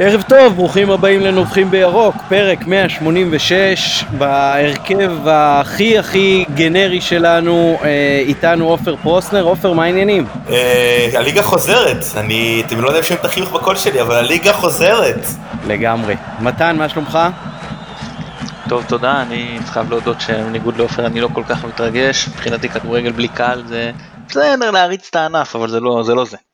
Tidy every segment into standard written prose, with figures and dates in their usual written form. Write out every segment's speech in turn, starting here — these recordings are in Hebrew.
ערב טוב, ברוכים הבאים לנובחים בירוק, פרק 186, בהרכב הכי גנרי שלנו, איתנו עופר פרוסנר. עופר, מה העניינים? הליגה חוזרת, אתם לא יודעים את החיוך בקול שלי, אבל הליגה חוזרת. לגמרי. מתן, מה שלומך? טוב, תודה. אני חייב להודות שבניגוד לעופר אני לא כל כך מתרגש. מבחינתי כדורגל בלי קהל זה בסדר להריץ את הענף, אבל זה לא זה.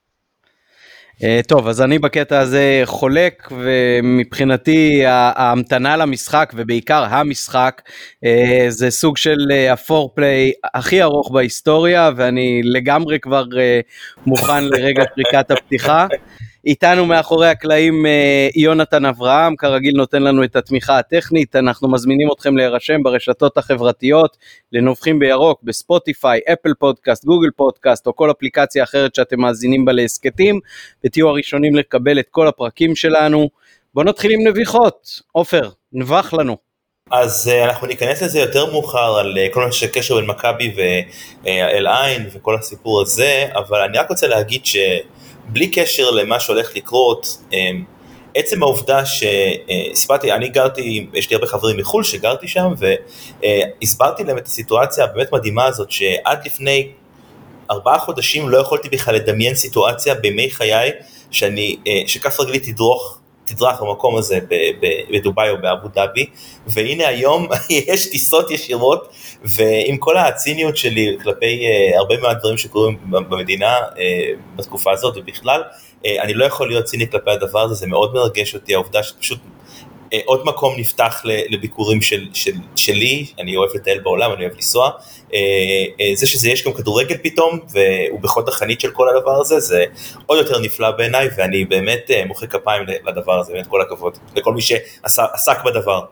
טוב, אז אני בקטע הזה חולק, ומבחינתי ההמתנה למשחק, ובעיקר המשחק, זה סוג של הפורפליי הכי ארוך בהיסטוריה, ואני לגמרי כבר מוכן לרגע פריקת הפתיחה. איתנו מאחורי הקלעים יונתן אברהם, כרגיל נותן לנו את התמיכה הטכנית. אנחנו מזמינים אתכם להירשם ברשתות החברתיות, לנובחים בירוק, בספוטיפיי, אפל פודקאסט, גוגל פודקאסט, או כל אפליקציה אחרת שאתם מאזינים בה להסקטים, ותהיו הראשונים לקבל את כל הפרקים שלנו. בואו נתחיל עם נביחות. עופר, נבח לנו. אז אנחנו ניכנס לזה יותר מאוחר, על כל מה שקשר בין מכבי ואל עין וכל הסיפור הזה, אבל אני רק רוצה להגיד בלי קשר למה שהולך לקרות, עצם העובדה שסיפרתי, אני גרתי, יש לי הרבה חברים מחול שגרתי שם, והסברתי להם את הסיטואציה הבאמת מדהימה הזאת, שעד לפני 4 חודשים לא יכולתי בכלל לדמיין סיטואציה בימי חיי, שכף רגלי תדרך במקום הזה בדוביי או באבו דאבי, והנה היום יש טיסות ישירות, ועם כל הציניות שלי כלפי הרבה מהדברים שקורים במדינה בתקופה הזאת ובכלל, אני לא יכול להיות ציני כלפי הדבר הזה. זה מאוד מרגש אותי העובדה שפשוט עוד מקום נפתח לביקורים שלי, אני אוהב לטייל בעולם, אני אוהב לנסוע, זה שזה יש גם כדורגל פתאום, והוא בחוד החנית של כל הדבר הזה, זה עוד יותר נפלא בעיניי, ואני באמת מוחא כפיים לדבר הזה, באמת כל הכבוד, לכל מי שעסק בדבר.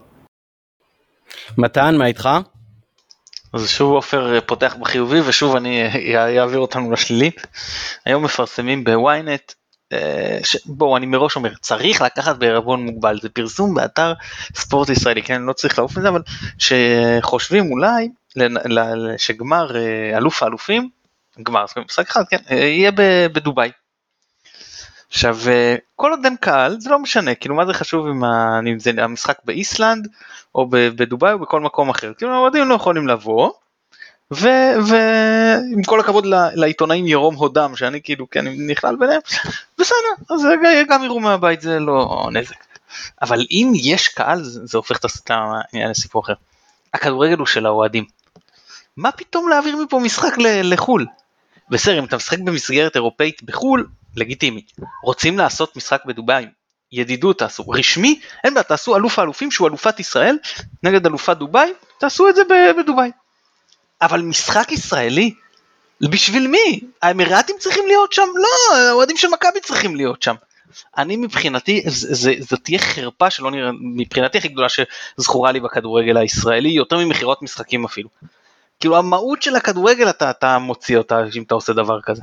מתן, מה איתך? אז שוב עופר פותח בחיובי, ושוב אני אעביר אותנו לשלילית. היום מפרסמים בוויינט, בואו, אני מראש אומר, צריך לקחת בערבון מוגבל, זה פרסום באתר ספורט ישראלי, כן, לא צריך לעוף מזה, אבל שחושבים אולי שגמר אלוף האלופים, גמר, משחק אחד, כן, יהיה בדוביי. עכשיו, כל עוד אין קהל, זה לא משנה, כאילו מה זה חשוב אם זה המשחק באיסלנד, או בדוביי, או בכל מקום אחר, כאילו האוהדים לא יכולים לבוא, ועם כל הכבוד לעיתונאים ירום הודם, שאני כאילו כן נכלל ביניהם, בסדר, אז גם יראו מהבית, זה לא נזק. אבל אם יש קהל, זה הופך את העניין לסיפור אחר. הכדורגל הוא של האוהדים. מה פתאום להעביר מפה משחק לחול? בסדר, אם אתה משחק במסגרת אירופאית בחול, לגיטימי. רוצים לעשות משחק בדוביי, ידידות תעשו, רשמי, אין בה, תעשו אלוף האלופים שהוא אלופת ישראל, נגד אלופת דוביי, תעשו את זה בדוביי. אבל משחק ישראלי, בשביל מי? האמירתים צריכים להיות שם? לא, האוהדים של מכבי צריכים להיות שם. אני מבחינתי, זאת תהיה חרפה שלא נראה, מבחינתי הכי גדולה שזכורה לי בכדורגל הישראלי, יותר ממחירות משחקים אפילו. כאילו המהות של הכדורגל אתה מוציא אותה אם אתה עושה דבר כזה.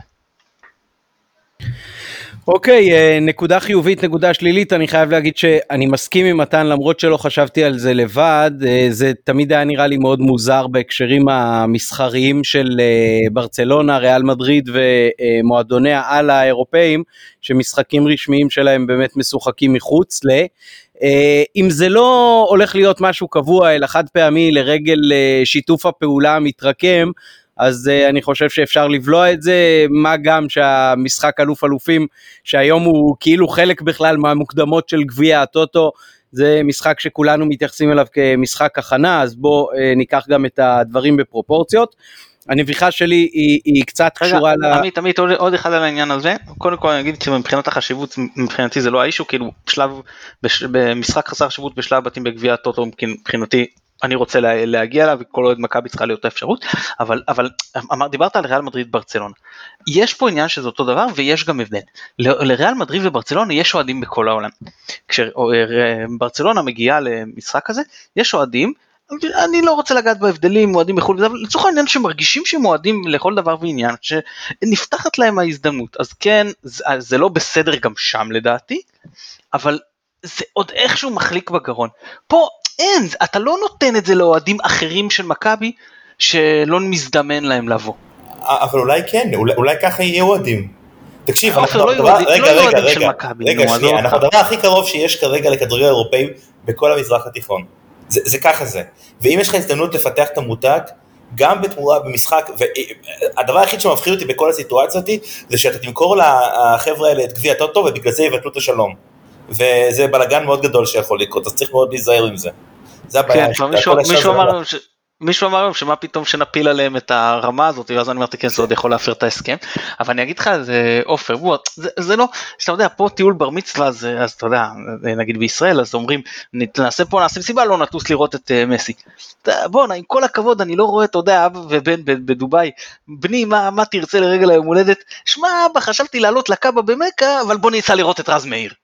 אוקיי, נקודה חיובית, נקודה שלילית. אני חייב להגיד שאני מסכים עם מתן, למרות שלא חשבתי על זה לבד. זה תמיד היה נראה לי מאוד מוזר בהקשרים המסחריים של ברצלונה, ריאל מדריד ומועדוני העל האירופאים, שמשחקים רשמיים שלהם באמת משוחקים מחוץ אם זה לא הולך להיות משהו קבוע, אלא חד פעמי לרגל שיתוף הפעולה המתרקם, אז אני חושב שאפשר לבלוע את זה, מה גם שהמשחק אלוף אלופים, שהיום הוא כאילו חלק בכלל מהמוקדמות של גביע הטוטו, זה משחק שכולנו מתייחסים אליו כמשחק הכנה, אז בוא ניקח גם את הדברים בפרופורציות. הנביחה שלי היא קצת קשורה עמית, עוד אחד על העניין הזה. קודם כל אני אגיד שמבחינת החשיבות, מבחינתי זה לא האישו, כאילו במשחק חסר חשיבות בשלב בתים בגביע הטוטו, מבחינתי אני רוצה להגיע אליו, וכל עוד מכבי צריכה להיות האפשרות, אבל דיברת על ריאל מדריד ברצלונה, יש פה עניין שזה אותו דבר, ויש גם הבדל. לריאל מדריד וברצלונה יש אוהדים בכל העולם. כשברצלונה מגיעה למשחק הזה, יש אוהדים, אני לא רוצה לגעת בהבדלים, אוהדים בחו"ל, אבל לצורך העניין שמרגישים שהם אוהדים לכל דבר ועניין, שנפתחת להם ההזדמנות, אז כן, זה לא בסדר גם שם לדעתי, אבל זה עוד איכשהו מחליק בגרון. פה אין, אתה לא נותן את זה לאוהדים אחרים של מכבי, שלא מזדמן להם לבוא. אבל אולי כן, אולי ככה יהיה אוהדים. תקשיב, עופר, לא אוהדים של מכבי. רגע, שנייה, אנחנו הדבר הכי קרוב שיש כרגע לכדורגל אירופאי בכל המזרח התיכון. זה ככה זה. ואם יש לך הזדמנות לפתח את המותג, גם בתמורה במשחק, והדבר היחיד שמבחין אותי בכל הסיטואציה אותי, זה שאתה תמכור לחבר'ה האלה את גביע הטוטו, ובגלל זה יבטלו את השלום. וזה בלגן מאוד גדול שיכול לקרות, אז צריך מאוד להיזהר עם זה. זה הבעיה. מישהו אמר שמה פתאום שנפיל עליהם את הרמה הזאת, ואז אני אמרתי כן, זה עוד יכול להפר את ההסכם, אבל אני אגיד לך, זה אופר, זה לא, שאתה יודע, פה טיול בר מצווה, אז אתה יודע, נגיד בישראל, אז אומרים, נעשה מסיבה, לא נטוס לראות את מסי. בוא, עם כל הכבוד, אני לא רואה, אתה יודע, אבא ובן בדוביי, בני, מה תרצה לרגל היום הולדת? שמע, אבא, חשבתי לעלות לקאבה במקה, אבל בוא ניסע לראות את רז מאיר.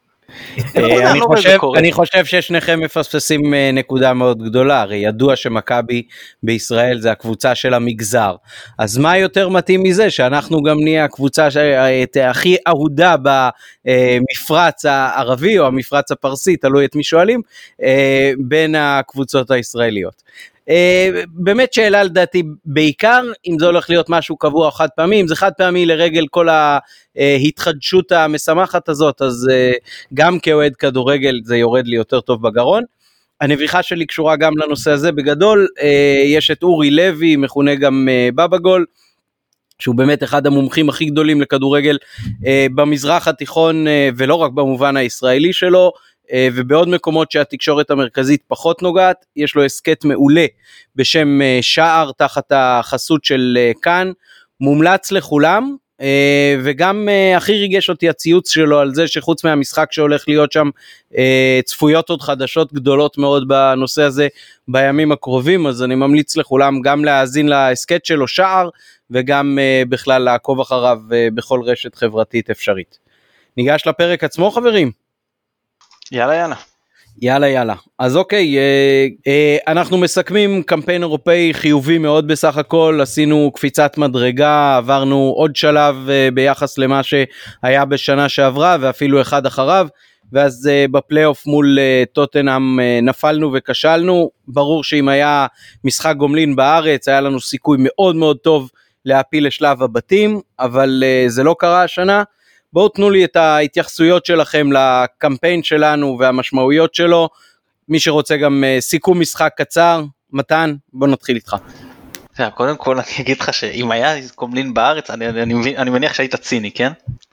אני חושב ששניכם מפספסים נקודה מאוד גדולה, הרי ידוע שמכבי בישראל זה הקבוצה של המגזר, אז מה יותר מתאים מזה שאנחנו גם נהיה הקבוצה הכי אהודה במפרץ הערבי או המפרץ הפרסי, תלוי את מי שואלים, בין הקבוצות הישראליות. באמת שאלה לדעתי בעיקר אם זה הולך להיות משהו קבוע או חד פעמי, אם זה חד פעמי לרגל כל ההתחדשות המשמחת הזאת, אז גם כאוהד כדורגל זה יורד לי יותר טוב בגרון. הנביחה שלי קשורה גם לנושא הזה בגדול, יש את אורי לוי, מכונה גם בבא גול, שהוא באמת אחד המומחים הכי גדולים לכדורגל במזרח התיכון, ולא רק במובן הישראלי שלו, ובעוד מקומות שהתקשורת המרכזית פחות נוגעת. יש לו עסקת מעולה בשם שער תחת החסות של כאן, מומלץ לכולם, וגם הכי ריגש אותי הציוץ שלו על זה שחוץ מהמשחק שהולך להיות שם, צפויות עוד חדשות גדולות מאוד בנושא הזה בימים הקרובים, אז אני ממליץ לכולם גם להאזין לעסקת שלו שער, וגם בכלל לעקוב אחריו בכל רשת חברתית אפשרית. ניגש לפרק עצמו חברים? יאללה. אז אוקיי, אנחנו מסכמים קמפיין אירופאי חיובי מאוד בסך הכל, עשינו קפיצת מדרגה, עברנו עוד שלב ביחס למה שהיה בשנה שעברה, ואפילו אחד אחריו, ואז בפלייאוף מול טוטנהאם נפלנו וכשלנו. ברור שאם היה משחק גומלין בארץ, היה לנו סיכוי מאוד מאוד טוב להפיל לשלב הבתים, אבל זה לא קרה השנה. בואו תנו לי את ההתייחסויות שלכם לקמפיין שלנו והמשמעויות שלו, מי שרוצה גם סיכום משחק קצר. מתן, בוא נתחיל איתך. קודם כל אני אגיד לך שאם היה גומלין בארץ, אני מניח שהיית ציני, כן?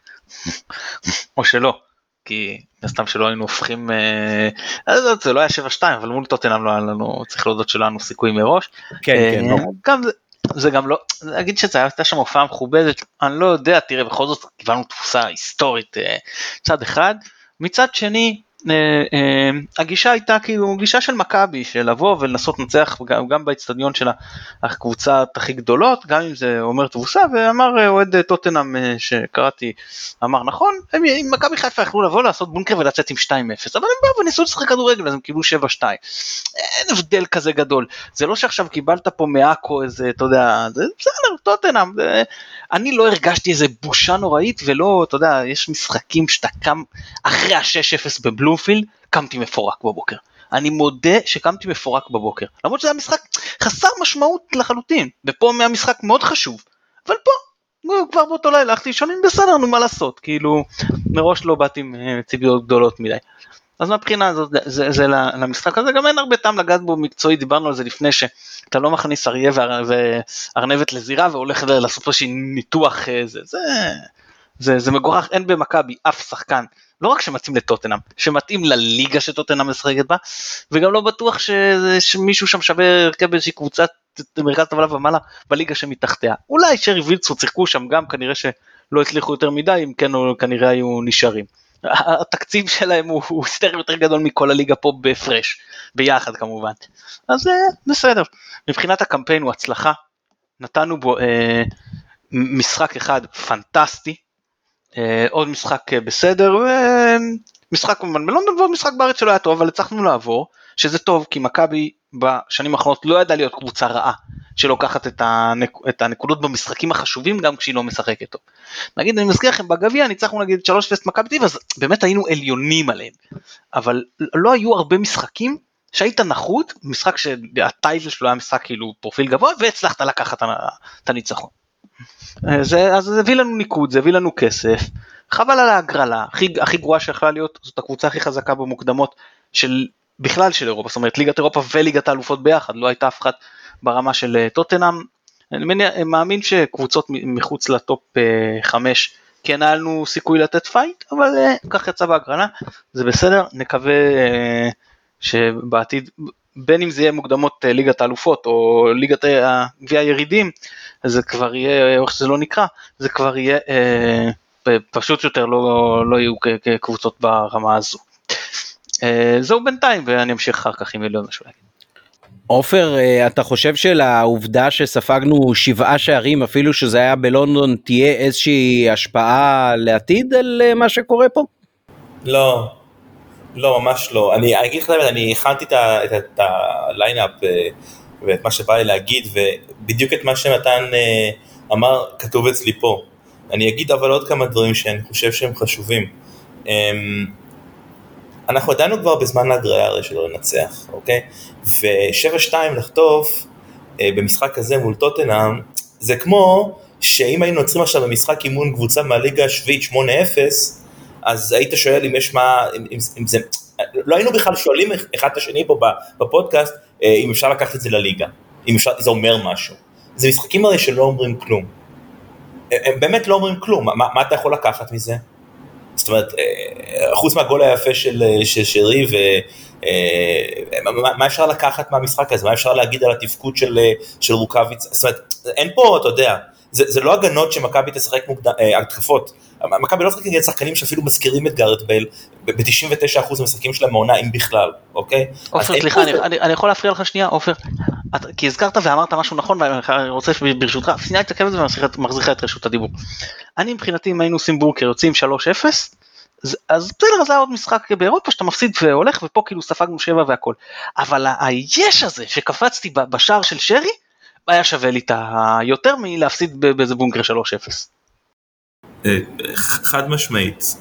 או שלא, כי סתם שלא היינו הופכים, זה לא היה 7-2, אבל מול טוטנהאם לא היה לנו, צריך להודות שלא היה לנו סיכוי מראש. כן, גם זה גם לא, אגיד שזה הייתה שם הופעה מכובדת, אני לא יודע, תראה, בכל זאת קיבלנו תפוסה היסטורית מצד אחד, מצד שני, הגישה הייתה כאילו גישה של מכבי, של לבוא ולנסות לנצח גם באצטדיון של הקבוצה הכי גדולות, גם אם זה אומר תבוסה, ואמר אוהד טוטנהאם שקראתי, אמר נכון, מכבי חיפה יכלו לבוא לעשות בונקר ולצאת עם 2-0, אבל הם באו וניסו לשחק כדורגל, אז הם קיבלו 7-2, אין הבדל כזה גדול, זה לא שעכשיו קיבלת פה מאקו איזה, אתה יודע, זה בסדר, טוטנהאם, אני לא הרגשתי איזה בושה נוראית, ולא, אתה יודע, יש משחקים שאתה קם אחרי ה-6-0 בבלומפילד, קמתי מפורק בבוקר. אני מודה שקמתי מפורק בבוקר. למרות שזה המשחק חסר משמעות לחלוטין, ופה מהמשחק מאוד חשוב, אבל פה, כבר באותו לילה, הלכתי שונים בסדר, נו מה לעשות, כאילו, מראש לא באתי עם ציפיות גדולות מדי. אז מהבחינה הזאת, זה למשחק הזה, גם אין הרבה טעם לגעת בו מקצועי, דיברנו על זה לפני שאתה לא מכניס אריה וארנבת לזירה, והולך לעשות פה ניתוח, זה מגורח, אין במכבי אף שחקן, לא רק שמתאים לטוטנהאם, שמתאים לליגה שטוטנהאם משחקת בה, וגם לא בטוח שמישהו שם שווה הרכב באיזושהי קבוצת מרכז טבלה ומעלה בליגה שמתחתיה. אולי שרי וילצו שיחקו שם גם, כנראה שלא הצליחו יותר מדי, אם כן כנראה היו נשארים. התקציב שלהם הוא סטר יותר גדול מכל הליגה פה בהפרש, ביחד כמובן. אז בסדר. מבחינת הקמפיין הוא הצלחה, נתנו בו משחק אחד פנטסטי, עוד משחק בסדר, ומשחק בלונדון ועוד משחק בארץ שלא היה טוב, אבל הצלחנו לעבור, שזה טוב, כי מכבי בשנים האחרונות לא ידעה להיות קבוצה רעה, שלוקחת את הנקודות במשחקים החשובים, גם כשהיא לא משחקת טוב. נגיד, אני מזכיר לכם, בגביע ניצחנו נגיד 3-0 מכבי תל אביב, אז באמת היינו עליונים עליהם, אבל לא היו הרבה משחקים, שהיית נחות, משחק שהטייטל שלו היה משחק כאילו פרופיל גבוה, והצלחת לקחת את הניצחון. אז זה הביא לנו ניקוד, זה הביא לנו כסף, חבל על ההגרלה, הכי גרועה שיכולה להיות, זאת הקבוצה הכי חזקה במוקדמות בכלל של אירופה, זאת אומרת ליגת אירופה וליגת האלופות ביחד, לא הייתה אף אחת ברמה של טוטנהאם, אני מאמין שקבוצות מחוץ לטופ 5, כן היה לנו סיכוי לתת פייט, אבל כך יצא בהגרלה, זה בסדר, נקווה שבעתיד, בין אם זה יהיה מוקדמות ליגת האלופות, או ליגת גביע הירידים, אז זה כבר יהיה, או שזה לא נקרא, זה כבר יהיה פשוט יותר, לא יהיו כקבוצות ברמה הזו. זהו בינתיים, ואני אמשיך אחר כך עם מיליון משהו להגיד. עופר, אתה חושב שלעובדה שספגנו 7 שערים, אפילו שזה היה בלונדון, תהיה איזושהי השפעה לעתיד על מה שקורה פה? לא, לא, ממש לא. אני אגיד לך, אני הכנתי את הליינאפ ואת מה שבא לי להגיד, ובדיוק את מה שנתן אמר כתוב אצלי פה. אני אגיד אבל עוד כמה דברים שאני חושב שהם חשובים. אנחנו ידענו כבר בזמן ההגרלה הרי שלא לנצח, אוקיי? ו7-2 לחטוף במשחק הזה מול טוטנהאם, זה כמו שאם היינו עוצרים עכשיו במשחק אימון קבוצה מהליגה השביעית 8-0, אז היית שואל אם יש מה, אם זה, לא היינו בכלל שואלים אחד את השני פה בפודקאסט, אם אפשר לקחת את זה לליגה, אם אפשר, זה אומר משהו. זה משחקים הרי שלא אומרים כלום. הם באמת לא אומרים כלום, מה אתה יכול לקחת מזה? זאת אומרת, חוץ מהגול היפה של שרי, מה אפשר לקחת מהמשחק הזה? מה אפשר להגיד על התפקוד של רוקאביץ? זאת אומרת, אין פה, אתה יודע, זה לא הגנות שמכבי תשחק התקפות. מכבי לא תשחק נגד שחקנים שאפילו מזכירים את גארט בייל ב-99% המשחקים של המעונה, אם בכלל, אוקיי? עופר, סליחה, אני יכול להפריע לך שנייה, עופר, כי הזכרת ואמרת משהו נכון, ואני רוצה ברשותך, פסינה להתעכב את זה ומחזיכה את רשות הדיבור. אני מבחינתי, אם היינו עושים בורקר, יוצאים 3-0, אז בסדר, אז היה עוד משחק באירופה, שאתה מפסיד והולך, ופה כאילו ספגנו 7 והכל. אבל היש הזה, שקפצתי בשער של שרי, היה שווה לי את היותר מלהפסיד באיזה בונקר 3-0. חד משמעית.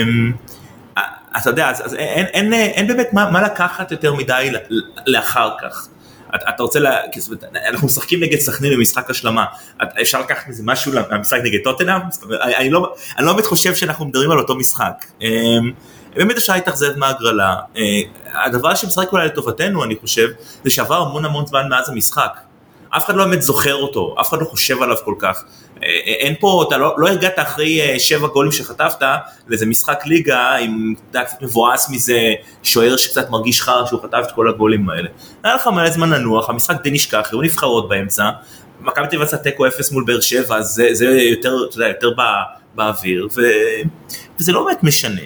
אתה יודע, אז אין באמת מה לקחת יותר מדי לאחר כך. אתה רוצה, אנחנו משחקים נגד סכנין במשחק השלמה, אפשר לקחת מזה משהו למשחק נגד טוטנהאם? אני לא באמת חושב שאנחנו מדברים על אותו משחק. באמת אפשר להתאכזב מההגרלה. הדבר שמשחק אולי לטובתנו, אני חושב, זה שעבר המון זמן מאז המשחק. אף אחד לא באמת זוכר אותו, אף אחד לא חושב עליו כל כך. אין פה, אתה לא הגעת אחרי 7 גולים שחטפת, לאיזה משחק ליגה, עם קצת מבואס מזה, שוער שקצת מרגיש חר שהוא חטף את כל הגולים האלה. היה לך מלא זמן לנוח, המשחק די נשכח, היו נבחרות באמצע, מכבי תל אביב תיקו 0 מול באר שבע, אז זה יותר, אתה יודע, יותר באוויר, וזה לא באמת משנה.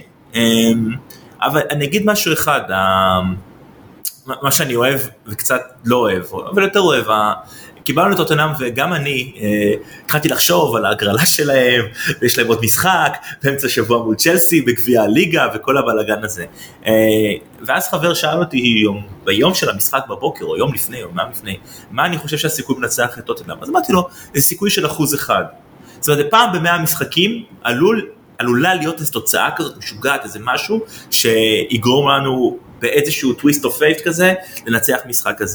אבל אני אגיד משהו אחד, מה שאני אוהב וקצת לא אוהב, אבל יותר אוהב, קיבלנו את טוטנהאם וגם אני התחלתי לחשוב על ההגרלה שלהם, ויש להם עוד משחק, באמצע שבוע מול צ'לסי, בגביע הליגה וכל הבלגן הזה. ואז חבר שאל אותי ביום של המשחק בבוקר, או יום לפני, או לפני, מה אני חושב שהסיכוי מנצח את טוטנהאם? אז אמרתי לו, זה סיכוי של 1%. זאת אומרת, פעם ב100 משחקים עלולה להיות איזו תוצאה כזאת משוגעת, איזה משהו שיגרום לנו באיזשהו טוויסט אוף פייט כזה, לנצח משחק כזה.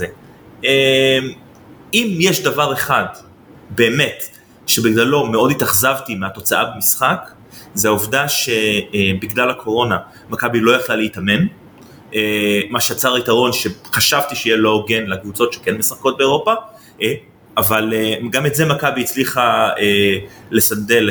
אם יש דבר אחד, באמת, שבגללו מאוד התאכזבתי מהתוצאה במשחק, זה העובדה שבגלל הקורונה, מכבי לא יכלה להתאמן, מה שיצר יתרון שחשבתי שיהיה לא הוגן לקבוצות שכן משחקות באירופה, אבל גם את זה מכבי הצליחה לסנדל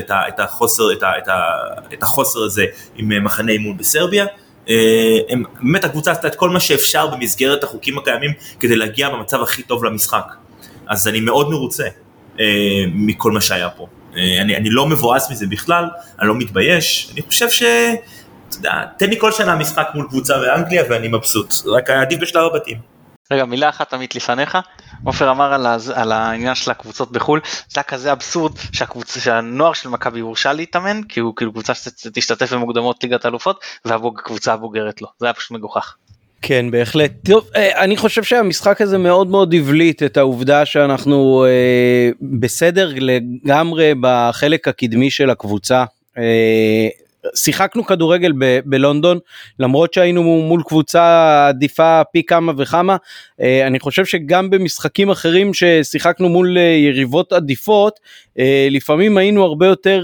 את החוסר הזה עם מחנה אימון בסרביה, באמת הקבוצה עשתה את כל מה שאפשר במסגרת החוקים הקיימים כדי להגיע במצב הכי טוב למשחק. אז אני מאוד מרוצה מכל מה שהיה פה. אני לא מבואס מזה בכלל, אני לא מתבייש. אני חושב תן לי כל שנה משחק מול קבוצה באנגליה ואני מבסוט. רק עדיף בשלב הבתים. רגע, מילה אחת תמיד לפניך. עופר אמר על העניין של הקבוצות בחול, זה היה כזה אבסורד שהנוער של מכבי הורשה להתאמן, כי הוא כאילו קבוצה שתשתתף במוקדמות ליגת האלופות, והקבוצה הבוגרת לו. זה היה פשוט מגוחך. כן, בהחלט. טוב, אני חושב שהמשחק הזה מאוד הבליט את העובדה שאנחנו בסדר לגמרי בחלק הקדמי של הקבוצה. שיחקנו כדורגל בלונדון, למרות שהיינו מול קבוצה עדיפה פי כמה וכמה, אני חושב שגם במשחקים אחרים ששיחקנו מול יריבות עדיפות, לפעמים היינו הרבה יותר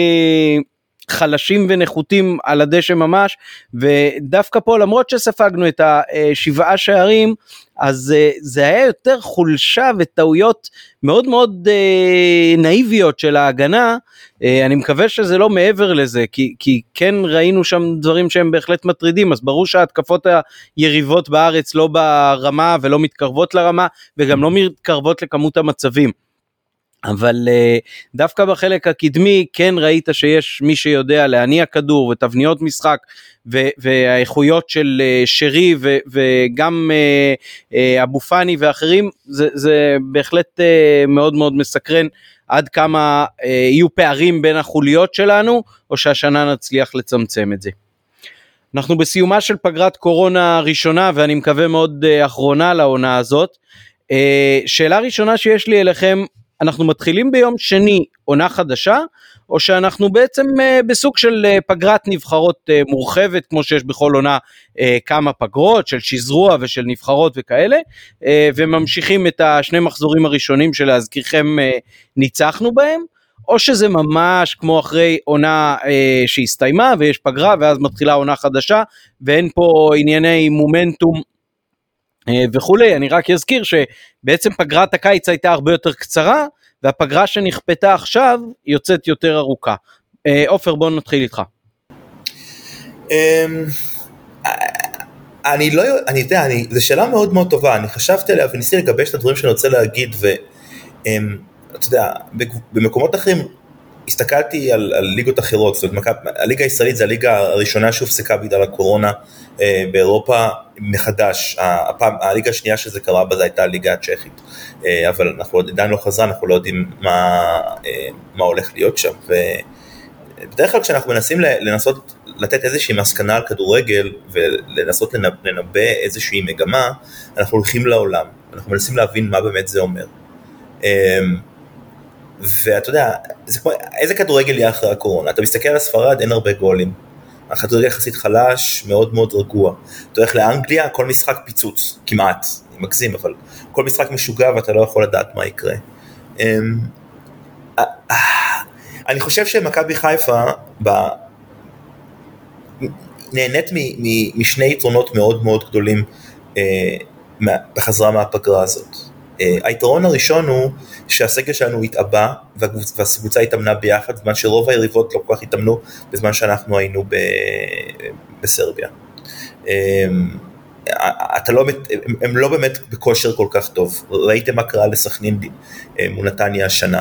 חלשים ונחותים על הדשא ממש, ודווקא פה למרות שספגנו את 7 שערים, אז זה היה יותר חולשה וטעויות מאוד מאוד נאיביות של ההגנה. אני מקווה שזה לא מעבר לזה, כי כן ראינו שם דברים שהם בהחלט מטרידים, אז ברור שההתקפות היריבות בארץ לא ברמה ולא מתקרבות לרמה, וגם לא מתקרבות לכמות המצבים. אבל דווקא בחלק הקדמי כן ראית שיש מי שיודע להניע כדור ותבניות משחק והאיכויות של שרי וגם אבו פני ואחרים, זה בהחלט מאוד מאוד מסקרן עד כמה יהיו פערים בין החוליות שלנו, או שהשנה נצליח לצמצם את זה. אנחנו בסיומה של פגרת קורונה ראשונה, ואני מקווה מאוד אחרונה לעונה הזאת. שאלה ראשונה שיש לי אליכם, אנחנו מתחילים ביום שני עונה חדשה, או שאנחנו בעצם בסוג של פגרת נבחרות מורחבת, כמו שיש בכל עונה כמה פגרות של שזרוע ושל נבחרות וכאלה, וממשיכים את 2 מחזורים הראשונים שלהזכירכם ניצחנו בהם, או שזה ממש כמו אחרי עונה שהסתיימה ויש פגרה ואז מתחילה עונה חדשה, ואין פה ענייני מומנטום וכולי. אני רק אזכיר שבעצם פגרת הקיץ הייתה הרבה יותר קצרה, והפגרה שנכפתה עכשיו יוצאת יותר ארוכה. עופר, בוא נתחיל איתך. אני יודע, זו שאלה מאוד מאוד טובה, אני חשבתי עליה וניסיתי לגבש את הדברים שאני רוצה להגיד, ואתה יודע, במקומות אחרים הסתכלתי על ליגות אחרות, זאת אומרת, הליגה הישראלית זה הליגה הראשונה שהופסקה בגלל הקורונה באירופה מחדש, הליגה השנייה שזה קרה בה זה הייתה הליגה הצ'כית, אבל אנחנו עדיין לא חזרה, אנחנו לא יודעים מה הולך להיות שם, ובדרך כלל כשאנחנו מנסים לנסות לתת איזושהי מסקנה על כדורגל, ולנסות לנבא איזושהי מגמה, אנחנו הולכים לעולם, אנחנו מנסים להבין מה באמת זה אומר. ואתה יודע, זה כמו, איזה כדורגל יהיה אחרי הקורונה? אתה מסתכל על ספרד, אין הרבה גולים. הכדורגל יחסית חלש, מאוד מאוד רגוע. אתה הולך לאנגליה, כל משחק פיצוץ, כמעט, אני מגזים, אבל כל משחק משוגע ואתה לא יכול לדעת מה יקרה. אני חושב שמכבי חיפה נהנית משני יתרונות מאוד מאוד גדולים בחזרה מהפגרה הזאת. היתרון הראשון הוא שהסגל שלנו התאבא והקבוצה התאמנה ביחד, בזמן שרוב היריבות לא כל כך התאמנו בזמן שאנחנו היינו בסרביה. הם לא באמת בכושר כל כך טוב, ראיתם מה קרה לסכנין מול נתניה השנה.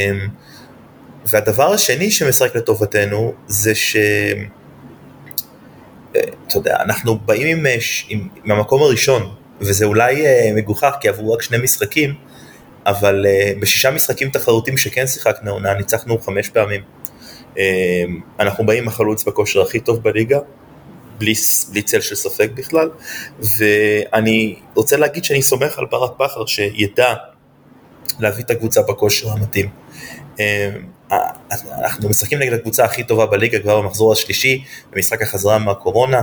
והדבר השני שמשחק לטובתנו זה אתה יודע, אנחנו באים עם המקום הראשון, וזה אולי מגוחך כי עברו רק 2 משחקים, אבל ב6 משחקים תחרותים שכן שיחקנו עונה, ניצחנו 5 פעמים. אנחנו באים עם החלוץ בכושר הכי טוב בליגה, בלי צל של ספק בכלל, ואני רוצה להגיד שאני סומך על ברק בכר שידע להביא את הקבוצה בכושר המתאים. אנחנו משחקים נגד הקבוצה הכי טובה בליגה כבר במחזור השלישי, במשחק החזרה מהקורונה,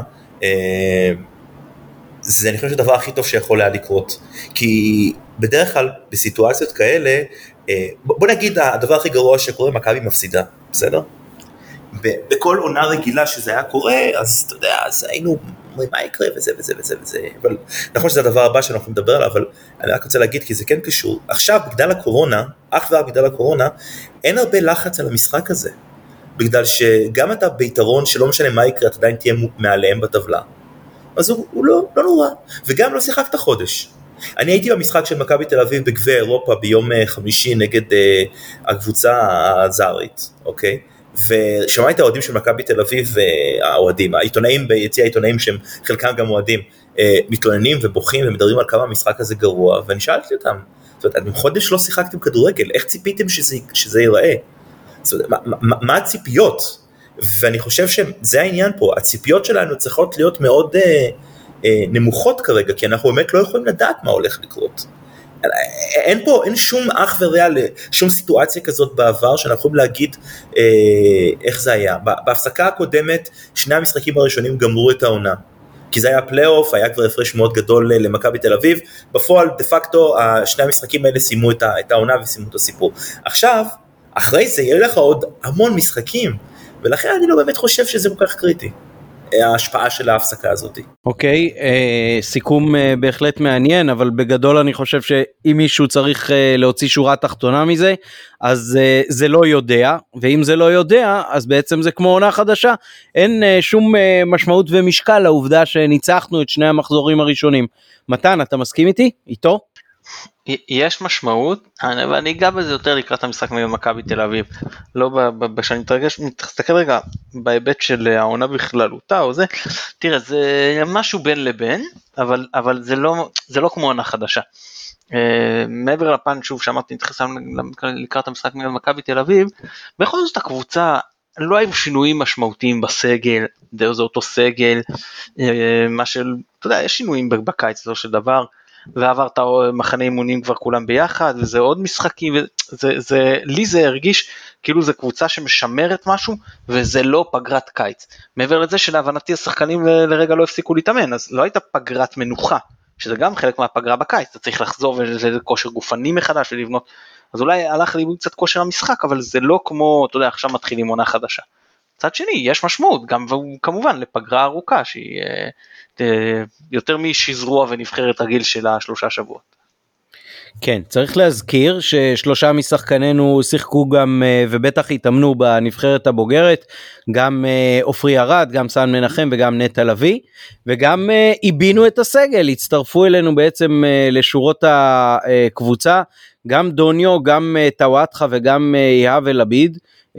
זה אני חושב שהדבר הכי טוב שיכול היה לקרות, כי בדרך כלל בסיטואציות כאלה, בוא נגיד הדבר הכי גרוע שקורה, מכבי מפסידה, בסדר? בכל עונה רגילה שזה היה קורה, אז אתה יודע, אז היינו, מה יקרה וזה וזה וזה וזה, אבל נכון שזה הדבר הבא שאנחנו נדבר עליו, אבל אני רק רוצה להגיד כי זה כן קשור, עכשיו בגלל הקורונה, אך ורק בגלל הקורונה, אין הרבה לחץ על המשחק הזה, בגלל שגם אתה ביתרון שלא משנה מה יקרה, אתה עדיין תהיה מעליהם בטבלה, אז הוא לא נורא, וגם לא שיחקת חודש. אני הייתי במשחק של מכבי תל אביב בגביע אירופה ביום חמישי נגד הקבוצה הזארית, אוקיי? ושמעתי את האוהדים של מכבי תל אביב, האוהדים, העיתונאים ביציע העיתונאים שהם חלקם גם אוהדים, מתלוננים ובוכים ומדברים על כמה המשחק הזה גרוע, ואני שאלתי אותם, זאת אומרת, חודש לא שיחקתם כדורגל, איך ציפיתם שזה ייראה? זאת אומרת, מה הציפיות? ואני חושב שזה העניין פה, הציפיות שלנו צריכות להיות מאוד נמוכות כרגע, כי אנחנו באמת לא יכולים לדעת מה הולך לקרות. אין שום אח ורע לשום סיטואציה כזאת בעבר, שאנחנו יכולים להגיד איך זה היה. בהפסקה הקודמת, שני המשחקים הראשונים גמרו את העונה. כי זה היה פלייאוף, היה כבר הפרש מאוד גדול למכבי תל אביב, בפועל דה פקטו שני המשחקים האלה סיימו את העונה וסיימו את הסיפור. עכשיו, אחרי זה יהיה לך עוד המון משחקים, ולכן אני לא באמת חושב שזה כל כך קריטי, ההשפעה של ההפסקה הזאת. אוקיי, סיכום בהחלט מעניין, אבל בגדול אני חושב שאם מישהו צריך להוציא שורה תחתונה מזה, אז זה לא יודע, ואם זה לא יודע, אז בעצם זה כמו עונה חדשה, אין שום משמעות ומשקל לעובדה שניצחנו את שני המחזורים הראשונים. מתן, אתה מסכים איתי? איתו? יש משמעות, ואני אגע בזה יותר לקראת המשחק נגד מכבי תל אביב, לא כשאני מתסתכל רגע בהיבט של העונה בכללותה או זה, תראה, זה משהו בין לבין, אבל זה לא כמו עונה חדשה. מעבר לפן שוב שאמרתי, נתייחס לקראת המשחק נגד מכבי תל אביב, בכל זאת הקבוצה, לא היו שינויים משמעותיים בסגל, זה אותו סגל, אתה יודע, יש שינויים בקיץ, זה של דבר, ועברת מחנה אימונים כבר כולם ביחד, וזה עוד משחקים, לי זה הרגיש כאילו זה קבוצה שמשמרת משהו, וזה לא פגרת קיץ. מעבר לזה שלהבנתי השחקנים לרגע לא הפסיקו להתאמן, אז לא הייתה פגרת מנוחה, שזה גם חלק מהפגרה בקיץ, אתה צריך לחזור לכושר גופני מחדש ולבנות, אז אולי הלך לאיבוד קצת כושר המשחק, אבל זה לא כמו, אתה יודע, עכשיו מתחילים עונה חדשה. צד שני, יש משמעות, גם כמובן לפגרה ארוכה, שהיא יותר משזרוע ונבחרת רגיל של 3 שבועות. כן, צריך להזכיר ששלושה משחקנינו שיחקו גם ובטח התאמנו בנבחרת הבוגרת, גם אופרי ארד, גם סן מנחם וגם נטע לביא, וגם איבינו את הסגל, הצטרפו אלינו בעצם לשורות הקבוצה, גם דוניו, גם טוואטחה וגם יהב אלעביד.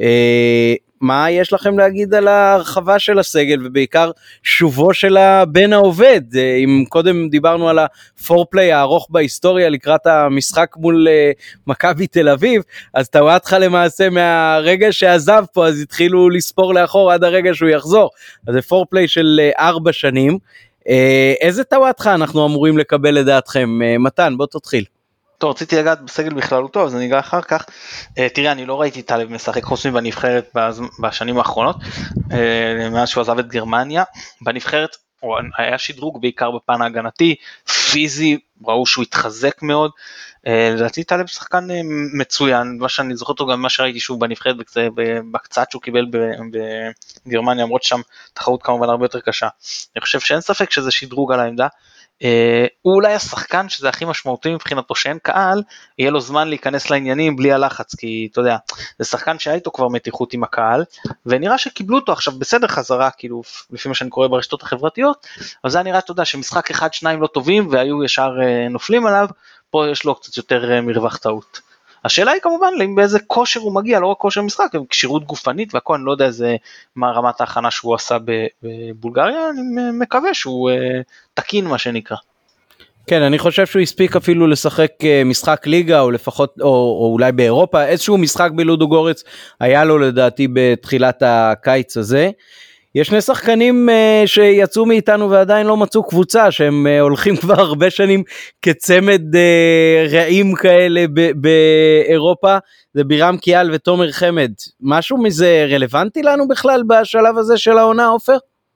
מה יש לכם להגיד על ההרחבה של הסגל, ובעיקר שובו של הבן העובד? אם קודם דיברנו על הפורפליי הארוך בהיסטוריה לקראת המשחק מול מכבי תל אביב, אז טוואטחה למעשה מהרגע שעזב פה, אז התחילו לספור לאחור עד הרגע שהוא יחזור, אז זה פורפליי של 4 שנים. איזה טוואטחה אנחנו אמורים לקבל לדעתכם? מתן, בוא תתחיל. טוב, רציתי לגעת בסגל בכללותו, אז אני אגע אחר כך. תראה, אני לא ראיתי טלב משחק חוץ בנבחרת בשנים האחרונות, מאז שהוא עזב את גרמניה. בנבחרת היה שדרוג בעיקר בפן ההגנתי, פיזי, ראו שהוא התחזק מאוד. לדעתי טלב שחקן מצוין, מה שאני זוכר אותו גם מה שראיתי שוב בנבחרת, בקצת שהוא קיבל בגרמניה, למרות שם תחרות כמובן הרבה יותר קשה. אני חושב שאין ספק שזה שדרוג על העמדה. הוא אולי השחקן שזה הכי משמעותי מבחינתו, שאין קהל, יהיה לו זמן להיכנס לעניינים בלי הלחץ, כי אתה יודע, זה שחקן שהיה איתו כבר מתיחות עם הקהל, ונראה שקיבלו אותו עכשיו בסדר חזרה, כאילו לפי מה שאני קורא ברשתות החברתיות, אבל זה נראה, אתה יודע, שמשחק 1-2 לא טובים, והיו ישר נופלים עליו, פה יש לו קצת יותר מרווח טעות. השאלה היא כמובן, באיזה כושר הוא מגיע, לא רק כושר משחק, עם כשירות גופנית, והכל, אני לא יודע מה רמת ההכנה שהוא עשה בבולגריה, אני מקווה שהוא תקין מה שנקרא. כן, אני חושב שהוא הספיק אפילו לשחק משחק ליגה, או לפחות, או אולי באירופה, איזשהו משחק בלודוגורץ, היה לו לדעתי בתחילת הקיץ הזה. יש שני שחקנים שיצאו מאיתנו ועדיין לא מצאו קבוצה, שהם הולכים כבר הרבה שנים כצמד רעים כאלה באירופה, זה בירם קיאל ותומר חמד. משהו מזה רלוונטי לנו בכלל בשלב הזה של העונה, עופר?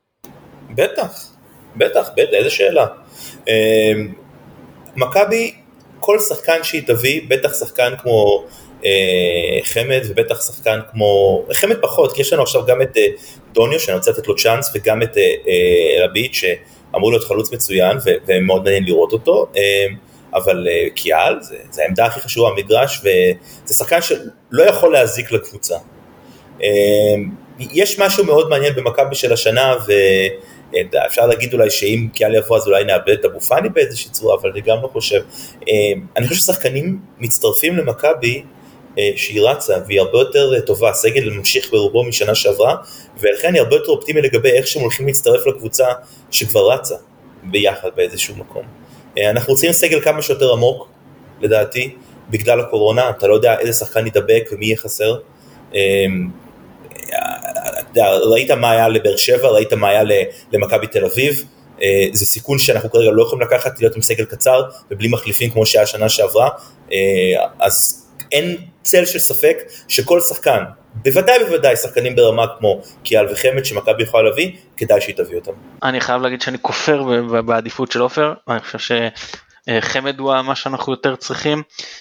בטח, איזה שאלה. מכבי, כל שחקן שהיא תביא, בטח שחקן כמו חמד, ובטח שחקן כמו, חמד פחות, כי יש לנו עכשיו גם את דוניו, שאני רוצה לתת לו צ'אנס, וגם את אלעביד, שאמור להיות חלוץ מצוין, ומאוד מעניין לראות אותו, אבל קיאל, זה העמדה הכי חשובה במגרש, וזה שחקן שלא יכול להזיק לקבוצה. יש משהו מאוד מעניין במכבי של השנה, אפשר להגיד אולי שאם קיאל יבוא אז אולי נאבד את אבו פאני באיזושהי צורה, אבל אני גם לא חושב. אני חושב ששחקנים מצטרפים למכבי שהיא רצה והיא הרבה יותר טובה, הסגל ממשיך ברובו משנה שעברה, ולכן אני הרבה יותר אופטימי לגבי איך שהם הולכים להצטרף לקבוצה שכבר רצה ביחד באיזשהו מקום. אנחנו רוצים סגל כמה שיותר עמוק, לדעתי, בגלל הקורונה, אתה לא יודע איזה שחקן ידבק ומי יהיה חסר. ראית מה היה לבאר שבע, ראית מה היה למכבי תל אביב, זה סיכון שאנחנו כרגע לא יכולים לקחת, להיות עם סגל קצר ובלי מחליפים כמו שהיה השנה שעברה, אז אין צל של ספק שכל שחקן, בוודאי שחקנים ברמה כמו קיאל וחמד שמכבי יכולה להביא, כדאי שהיא תביא אותם. אני חייב להגיד שאני כופר בעדיפות של עופר, אני חושב שחמד הוא מה שאנחנו יותר צריכים,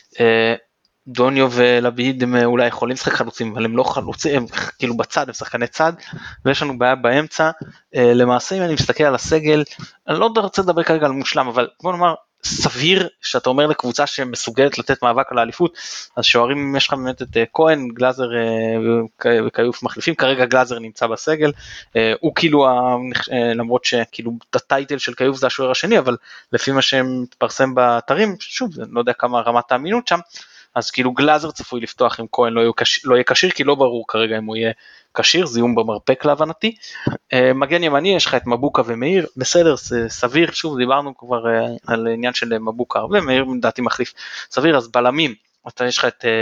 דוניו ולביד הם אולי יכולים לשחק חלוצים, אבל הם לא חלוצים, הם כאילו בצד, הם שחקני צד, ויש לנו בעיה באמצע. למעשה אם אני מסתכל על הסגל, אני לא רוצה לדבר כרגע על מושלם, אבל בוא נאמר, סביר שאתה אומר לקבוצה שמסוגלת לתת מאבק על האליפות, אז שוערים יש לך באמת את כהן, גלאזר וקיוף מחליפים, כרגע גלאזר נמצא בסגל, הוא כאילו, למרות שכאילו הטייטל של קיוף זה השוער השני, אבל לפי מה שמתפרסם באתרים, שוב, לא יודע כמה רמת האמינות שם, אז כאילו גלאזר צפוי לפתוח אם כהן לא יהיה קשיר, כי לא ברור כרגע אם הוא יהיה קשיר, זיהום במרפק להבנתי. מגן ימני יש לך את מבוקה ומאיר, בסדר, סביר, שוב דיברנו כבר על עניין של מבוקה, ומאיר לדעתי מחליף סביר, אז בלמים, יש לך את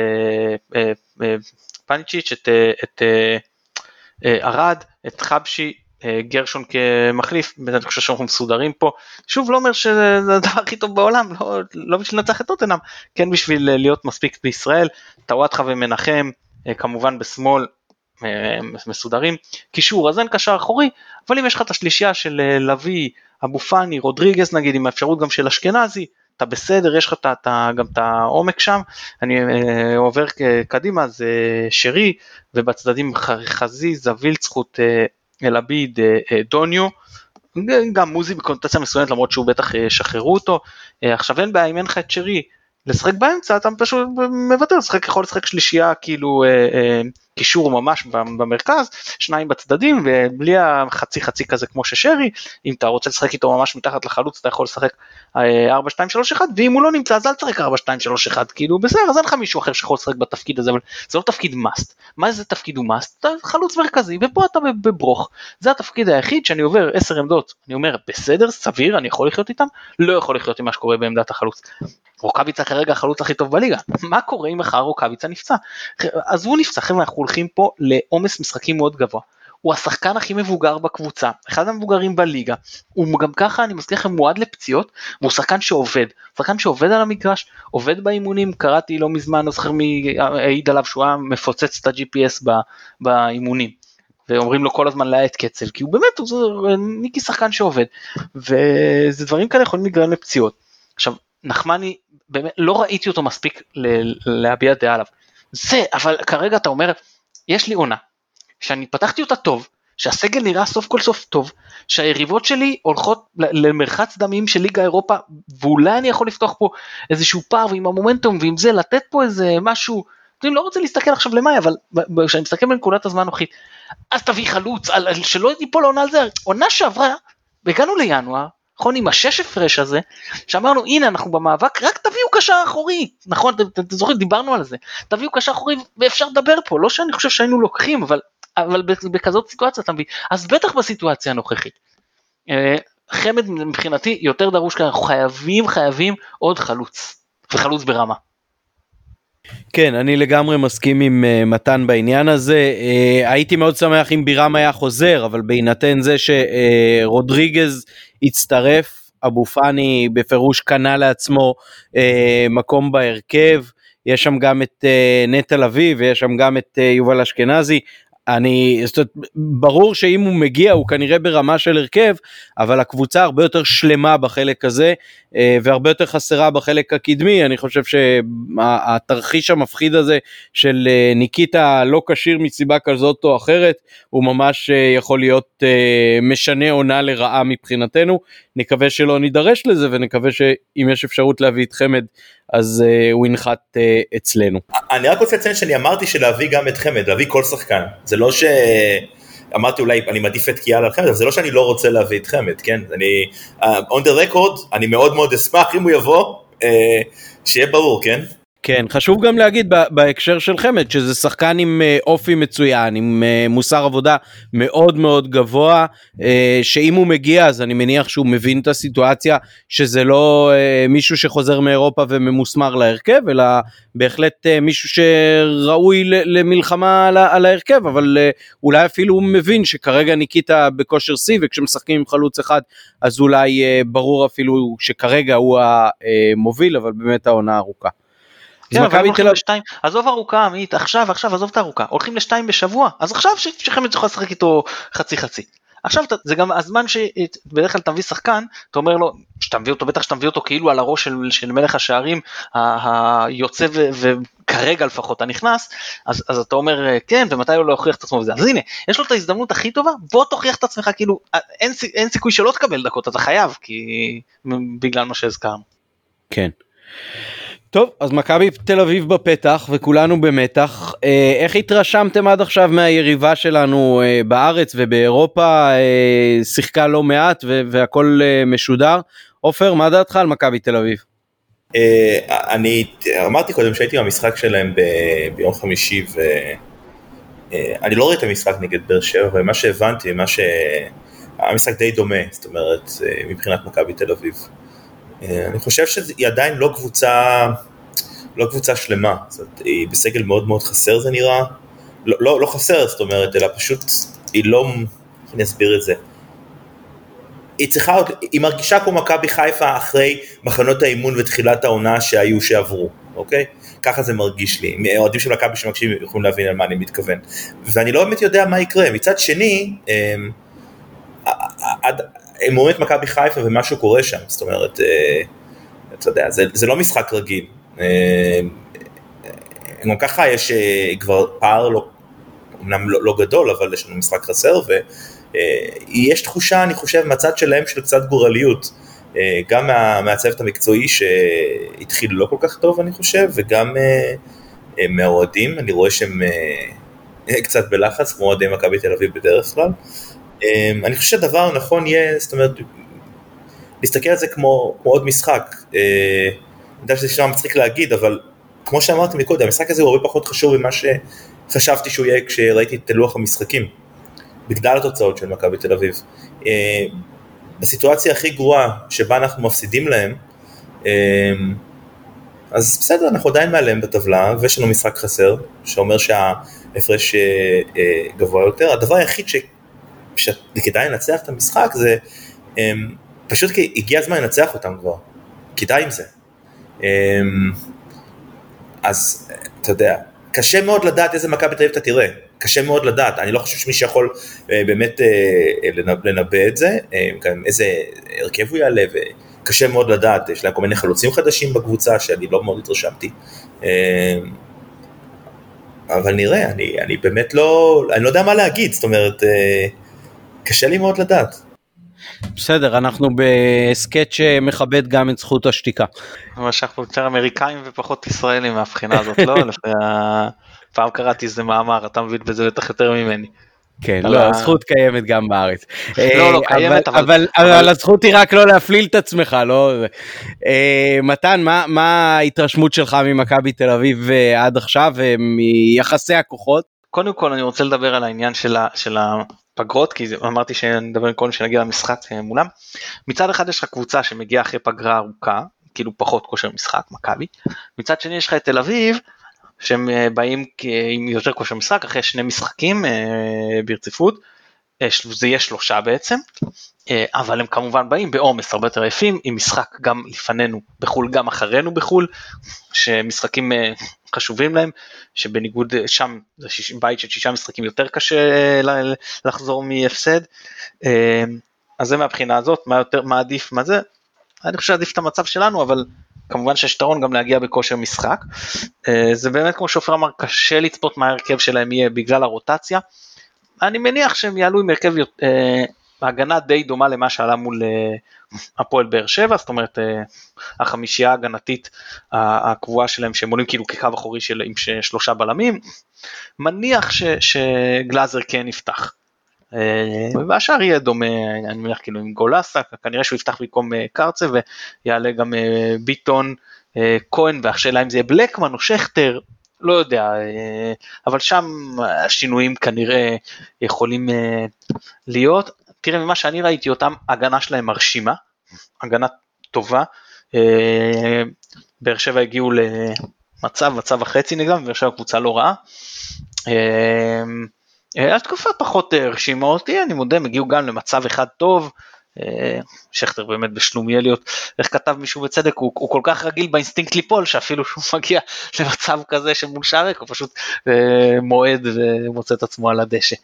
פניצ'יץ', את ארד, את חבשי, גרשון כמחליף, אני חושב שאנחנו מסודרים פה, שוב לא אומר שזה הדבר הכי טוב בעולם, לא בשביל לנצח את טוטנהאם, כן בשביל להיות מספיק בישראל, טוואטחה ומנחם, כמובן בשמאל, מסודרים, קישור, אז אין קשר אחורי, אבל אם יש לך את השלישייה של לוי, אבו פאני, רודריגז נגיד, עם האפשרות גם של אשכנזי, אתה בסדר, יש לך גם את העומק שם, אני עובר קדימה, זה שרי, ובצדדים חזיז, וילצחוט, אלביד, דוניו, גם מוזי בקונוטציה מסוימת, למרות שהוא בטח שחררו אותו. עכשיו אין בעיה, אם אין לך את שרי לשחק באמצע, אתה פשוט מוותר, יכול לשחק שלישייה, כאילו קישור ממש במרכז, שניים בצדדים, ובלי החצי כזה כמו ששרי, אם אתה רוצה לשחק איתו ממש מתחת לחלוץ, אתה יכול לשחק 4-2-3-1, ואם הוא לא נמצא, אז אל תשחק 4-2-3-1, כאילו בסדר, אז אין לך מישהו אחר שיכול לשחק בתפקיד הזה, אבל זה לא תפקיד מאסט. מה זה תפקיד הוא מאסט? אתה חלוץ מרכזי, ופה אתה בברוך. זה התפקיד היחיד שאני עובר 10 עמדות, אני אומר, בסדר, סביר, אני יכול לחיות איתם, לא יכול לחיות עם מה שקורה בעמדת החלוץ. רוקאביצה כרגע החלוץ הכי טוב בליגה, מה קורה אם מחר רוקאביצה נפצע? אז הוא נפצע, חבר'ה, אנחנו הולכים פה לעומס משחקים מאוד גבוה, הוא השחקן הכי מבוגר בקבוצה, אחד המבוגרים בליגה, הוא גם ככה, אני מזכיר לכם, מועד לפציעות, והוא שחקן שעובד על המגרש, עובד באימונים, קראתי לא מזמן, לא זוכר מי העיד עליו שהוא היה מפוצץ את ה-GPS באימונים, ואומרים לו כל הזמן להאט קצב, כי הוא באמת, הוא ניקי שחקן שעובד, וזה דברים כאלה יכולים לגרום לפציעות. עכשיו, נחמני, באמת, לא ראיתי אותו מספיק להביע דעה עליו, אבל כרגע אתה אומר, יש לי עונה, שאני פתחתי אותה טוב, שהסגל נראה סוף כל סוף טוב, שהיריבות שלי הולכות למרחץ דמים של ליגה אירופה, ואולי אני יכול לפתוח פה איזשהו פער, ועם המומנטום, ועם זה לתת פה איזה משהו, אני לא רוצה להסתכל עכשיו למאי, אבל כשאני מסתכל בנקודת הזמן נוחית, אז תביא חלוץ, שלא ייפול עונה על זה, עונה שעברה, והגענו לינואר, נכון, עם השש הפרש הזה, שאמרנו, הנה, אנחנו במאבק, רק תביאו קשר אחורי, נכון, אתם זוכרים, דיברנו על זה, תביאו קשר אחורי, ואפשר לדבר פה, לא שאני חושב שהיינו לוקחים, אבל בכזאת סיטואציה, אתה מבין, אז בטח בסיטואציה הנוכחית, חמד מבחינתי יותר דרוש, כי אנחנו חייבים עוד חלוץ, וחלוץ ברמה. כן, אני לגמרי מסכים עם מתן בעניין הזה, הייתי מאוד שמח אם בירם היה חוזר, אבל בהינתן זה שרודריגז הצטרף, אבו פאני בפירוש קנה לעצמו מקום בהרכב, יש שם גם את נטע לביא, ויש שם גם את יובל אשכנזי, ברור שאם הוא מגיע הוא כנראה ברמה של הרכב, אבל הקבוצה הרבה יותר שלמה בחלק הזה, והרבה יותר חסרה בחלק הקדמי. אני חושב שהתרחיש המפחיד הזה של ניקיטה לא קשיר מסיבה כזאת או אחרת, הוא ממש יכול להיות משנה עונה לרעה מבחינתנו. נקווה שלא נידרש לזה, ונקווה שאם יש אפשרות להביא את חמד, אז הוא ינחת אצלנו. אני רק רוצה לציין שאני אמרתי שלהביא גם את חמד, להביא כל שחקן. זה לא שאמרתי אולי אני מעדיף את קיאל על חמד, אבל זה לא שאני לא רוצה להביא את חמד, כן? אני, on the record, אני מאוד מאוד אשמח אם הוא יבוא, שיהיה ברור, כן? כן, חשוב גם להגיד בהקשר של חמד, שזה שחקן עם אופי מצוין, עם מוסר עבודה מאוד מאוד גבוה, שאם הוא מגיע, אז אני מניח שהוא מבין את הסיטואציה, שזה לא מישהו שחוזר מאירופה וממוסמר להרכב, אלא בהחלט מישהו שראוי למלחמה על ההרכב, אבל אולי אפילו הוא מבין שכרגע ניקיטה בכושר C, וכשמשחקים עם חלוץ אחד, אז אולי ברור אפילו שכרגע הוא המוביל, אבל באמת העונה ארוכה. כן, אבל הם הולכים לשתיים, עזוב ארוכה, עמית, עכשיו, עזוב את הארוכה, הולכים לשתיים בשבוע, אז עכשיו שחמד יוכל לשחק איתו חצי. עכשיו זה גם הזמן שבדרך כלל אתה מביא שחקן, אתה אומר לו, בטח שאתה מביא אותו כאילו על הראש של מלך השערים, היוצא וכרגע לפחות הנכנס, אז אתה אומר, כן, ומתי הוא לא הוכיח את עצמו וזה, אז הנה, יש לו את ההזדמנות הכי טובה, בוא תוכיח את עצמך, כאילו, אין סיכוי שלא תקבל דקות, אתה חייב, כי בגלל מה שהזכרנו. כן. טוב, אז מכבי תל אביב בפתח וכולנו במתח. איך התרשמתם עד עכשיו מהיריבה שלנו בארץ ובאירופה? שיחקה לא מעט והכל משודר. עופר, מה דעתך על מכבי תל אביב? אני אמרתי קודם שהייתי במשחק שלהם ביום חמישי, ואני לא ראיתי את המשחק נגד באר שבע, ומה שהבנתי, המשחק די דומה, זאת אומרת, מבחינת מכבי תל אביב. אני חושב שהיא עדיין לא קבוצה שלמה, זאת אומרת, היא בסגל מאוד מאוד חסר זה נראה, לא חסר, זאת אומרת, אלא פשוט, היא לא, אני אסביר את זה, היא מרגישה כמו מכבי חיפה אחרי מחנות האימון ותחילת העונה שעברו, אוקיי? ככה זה מרגיש לי, אוהדים של מכבי שמקשיבים יכולים להבין על מה אני מתכוון, ואני לא באמת יודע מה יקרה, מצד שני, הם רואים את מכבי חיפה ומשהו קורה שם, זאת אומרת, אתה יודע, זה לא משחק רגיל, גם ככה יש כבר פער, אמנם לא גדול, אבל יש לנו משחק חסר, ויש תחושה, אני חושב, מהצד שלהם של קצת גורליות, גם מהצוות המקצועי שהתחיל לא כל כך טוב, אני חושב, וגם מהאוהדים, אני רואה שהם קצת בלחץ, כמו אוהדי מכבי תל אביב בדרך כלל, אני חושב שהדבר הנכון יהיה, זאת אומרת, להסתכל על זה כמו עוד משחק, אני יודע שזה שם מצחיק להגיד, אבל כמו שאמרתי מקודם, המשחק הזה הוא הרבה פחות חשוב ממה שחשבתי שהוא יהיה כשראיתי את לוח המשחקים, בגלל התוצאות של מכבי תל אביב. בסיטואציה הכי גרועה שבה אנחנו מפסידים להם, אז בסדר, אנחנו עדיין מעליהם בטבלה, ויש לנו משחק חסר, שאומר שההפרש גבוה יותר. הדבר היחיד שכדאי לנצח את המשחק זה, פשוט כי הגיע הזמן לנצח אותם כבר, כדאי עם זה. אז אתה יודע, קשה מאוד לדעת איזה מכבי תל אביב אתה תראה, קשה מאוד לדעת, אני לא חושב שמי שיכול באמת לנבא את זה, איזה הרכב הוא יעלה, וקשה מאוד לדעת, יש להם כל מיני חלוצים חדשים בקבוצה שאני לא מאוד התרשמתי, אבל נראה, אני באמת לא יודע מה להגיד, זאת אומרת, קשה לי מאוד לדעת. בסדר, אנחנו בסקט שמכבד גם את זכות השתיקה. ממש אנחנו יותר אמריקאים ופחות ישראלים מהבחינה הזאת, לא? פעם קראתי איזה מאמר, אתה מבין בזה בטח יותר ממני. כן, לא, הזכות קיימת גם בארץ. לא, קיימת, אבל הזכות היא רק לא להפליל את עצמך, לא? מתן, מה ההתרשמות שלך ממכבי תל אביב עד עכשיו, מיחסי הכוחות? קודם כל אני רוצה לדבר על העניין של הפגרות, כי אמרתי שנדבר קודם שנגיע למשחק מולם. מצד אחד יש לך קבוצה שמגיעה אחרי פגרה ארוכה, כאילו פחות כושר משחק, מכבי. מצד שני יש לך את תל אביב, שהם באים עם יותר כושר משחק, אחרי 2 משחקים ברציפות, זה יהיה 3 בעצם, אבל הם כמובן באים בעומס הרבה יותר יפים, עם משחק גם לפנינו בחול, גם אחרינו בחול, שמשחקים חשובים להם, שבניגוד שם, זה בית של 6 משחקים יותר קשה לחזור מהפסד, אז זה מהבחינה הזאת, מה עדיף, מה זה, אני חושב שעדיף את המצב שלנו, אבל כמובן שיש יתרון גם להגיע בכושר משחק, זה באמת כמו שאופר אמר, קשה לצפות מה ההרכב שלהם יהיה בגלל הרוטציה, אני מניח שהם יעלו עם הרכב הגנה די דומה למה שעלה מול הפועל באר שבע, זאת אומרת החמישייה ההגנתית הקבועה שלהם שהם עולים כאילו כקו אחורי עם 3 בלמים, מניח שגלאזר כן יפתח, והשאר יהיה דומה, אני מניח כאילו עם גולסה, כנראה שהוא יפתח במקום קרצה ויעלה גם ביטון כהן, והשאלה אם זה יהיה בלקמן או שכטר, לא יודע, אבל שם השינויים כנראה יכולים להיות. תראה, ממה שאני ראיתי אותם, הגנה שלהם מרשימה, הגנה טובה, באר שבע הגיעו מצב וחצי נגדם, באר שבע קבוצה לא רעה, התקופה פחות הרשימה אותי, אני מודה, הם הגיעו גם למצב אחד טוב, שכטר באמת בשלומיאליות, איך כתב מישהו בצדק, הוא כל כך רגיל באינסטינקט ליפול, שאפילו שהוא מגיע למצב כזה שמול שערק, הוא פשוט מועד ומוצא את עצמו על הדשא.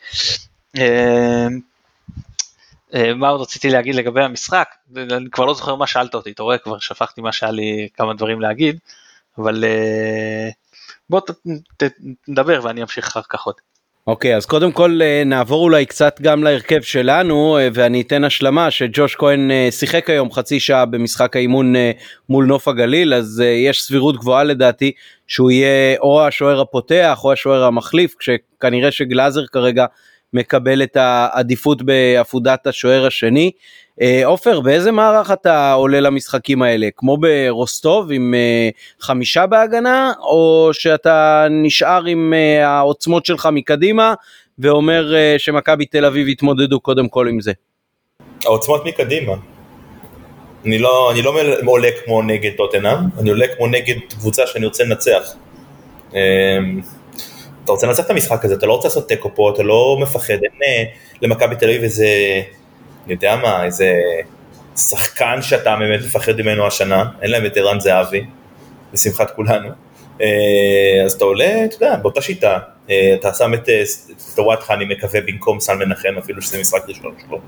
מה עוד רציתי להגיד לגבי המשחק, אני כבר לא זוכר מה שאלת אותי, אתה רואה, כבר שפכתי מה שהיה לי כמה דברים להגיד, אבל בוא נדבר ואני אמשיך אחר כך עוד. אוקיי, אז קודם כל נעבור אולי קצת גם להרכב שלנו, ואני אתן השלמה שג'וש כהן שיחק היום חצי שעה במשחק האימון מול נוף הגליל, אז יש סבירות גבוהה לדעתי שהוא יהיה או השוער הפותח או השוער המחליף, כשכנראה שגלאזר כרגע מקבל את העדיפות בעפודת השוער השני. עופר, באיזה מערך אתה עולה למשחקים האלה? כמו ברוסטוב עם 5 בהגנה, או שאתה נשאר עם העוצמות שלך מקדימה, ואומר שמכבי תל אביב יתמודדו קודם כל עם זה? העוצמות מקדימה. אני לא עולה כמו נגד טוטנהאם, אני עולה כמו נגד קבוצה שאני רוצה לנצח. אתה רוצה לנצח את המשחק הזה, אתה לא רוצה לעשות טקו פה, אתה לא מפחד, אין למכבי תל אביב איזה, אני יודע מה, איזה שחקן שאתה באמת מפחד ממנו השנה, אין להם את ערן זהבי, בשמחת כולנו, אז אתה עולה, אתה יודע, באותה שיטה, אתה שם את טוואטחה, אני מקווה במקום סן מנחם, אפילו שזה משחק ראשון שלו,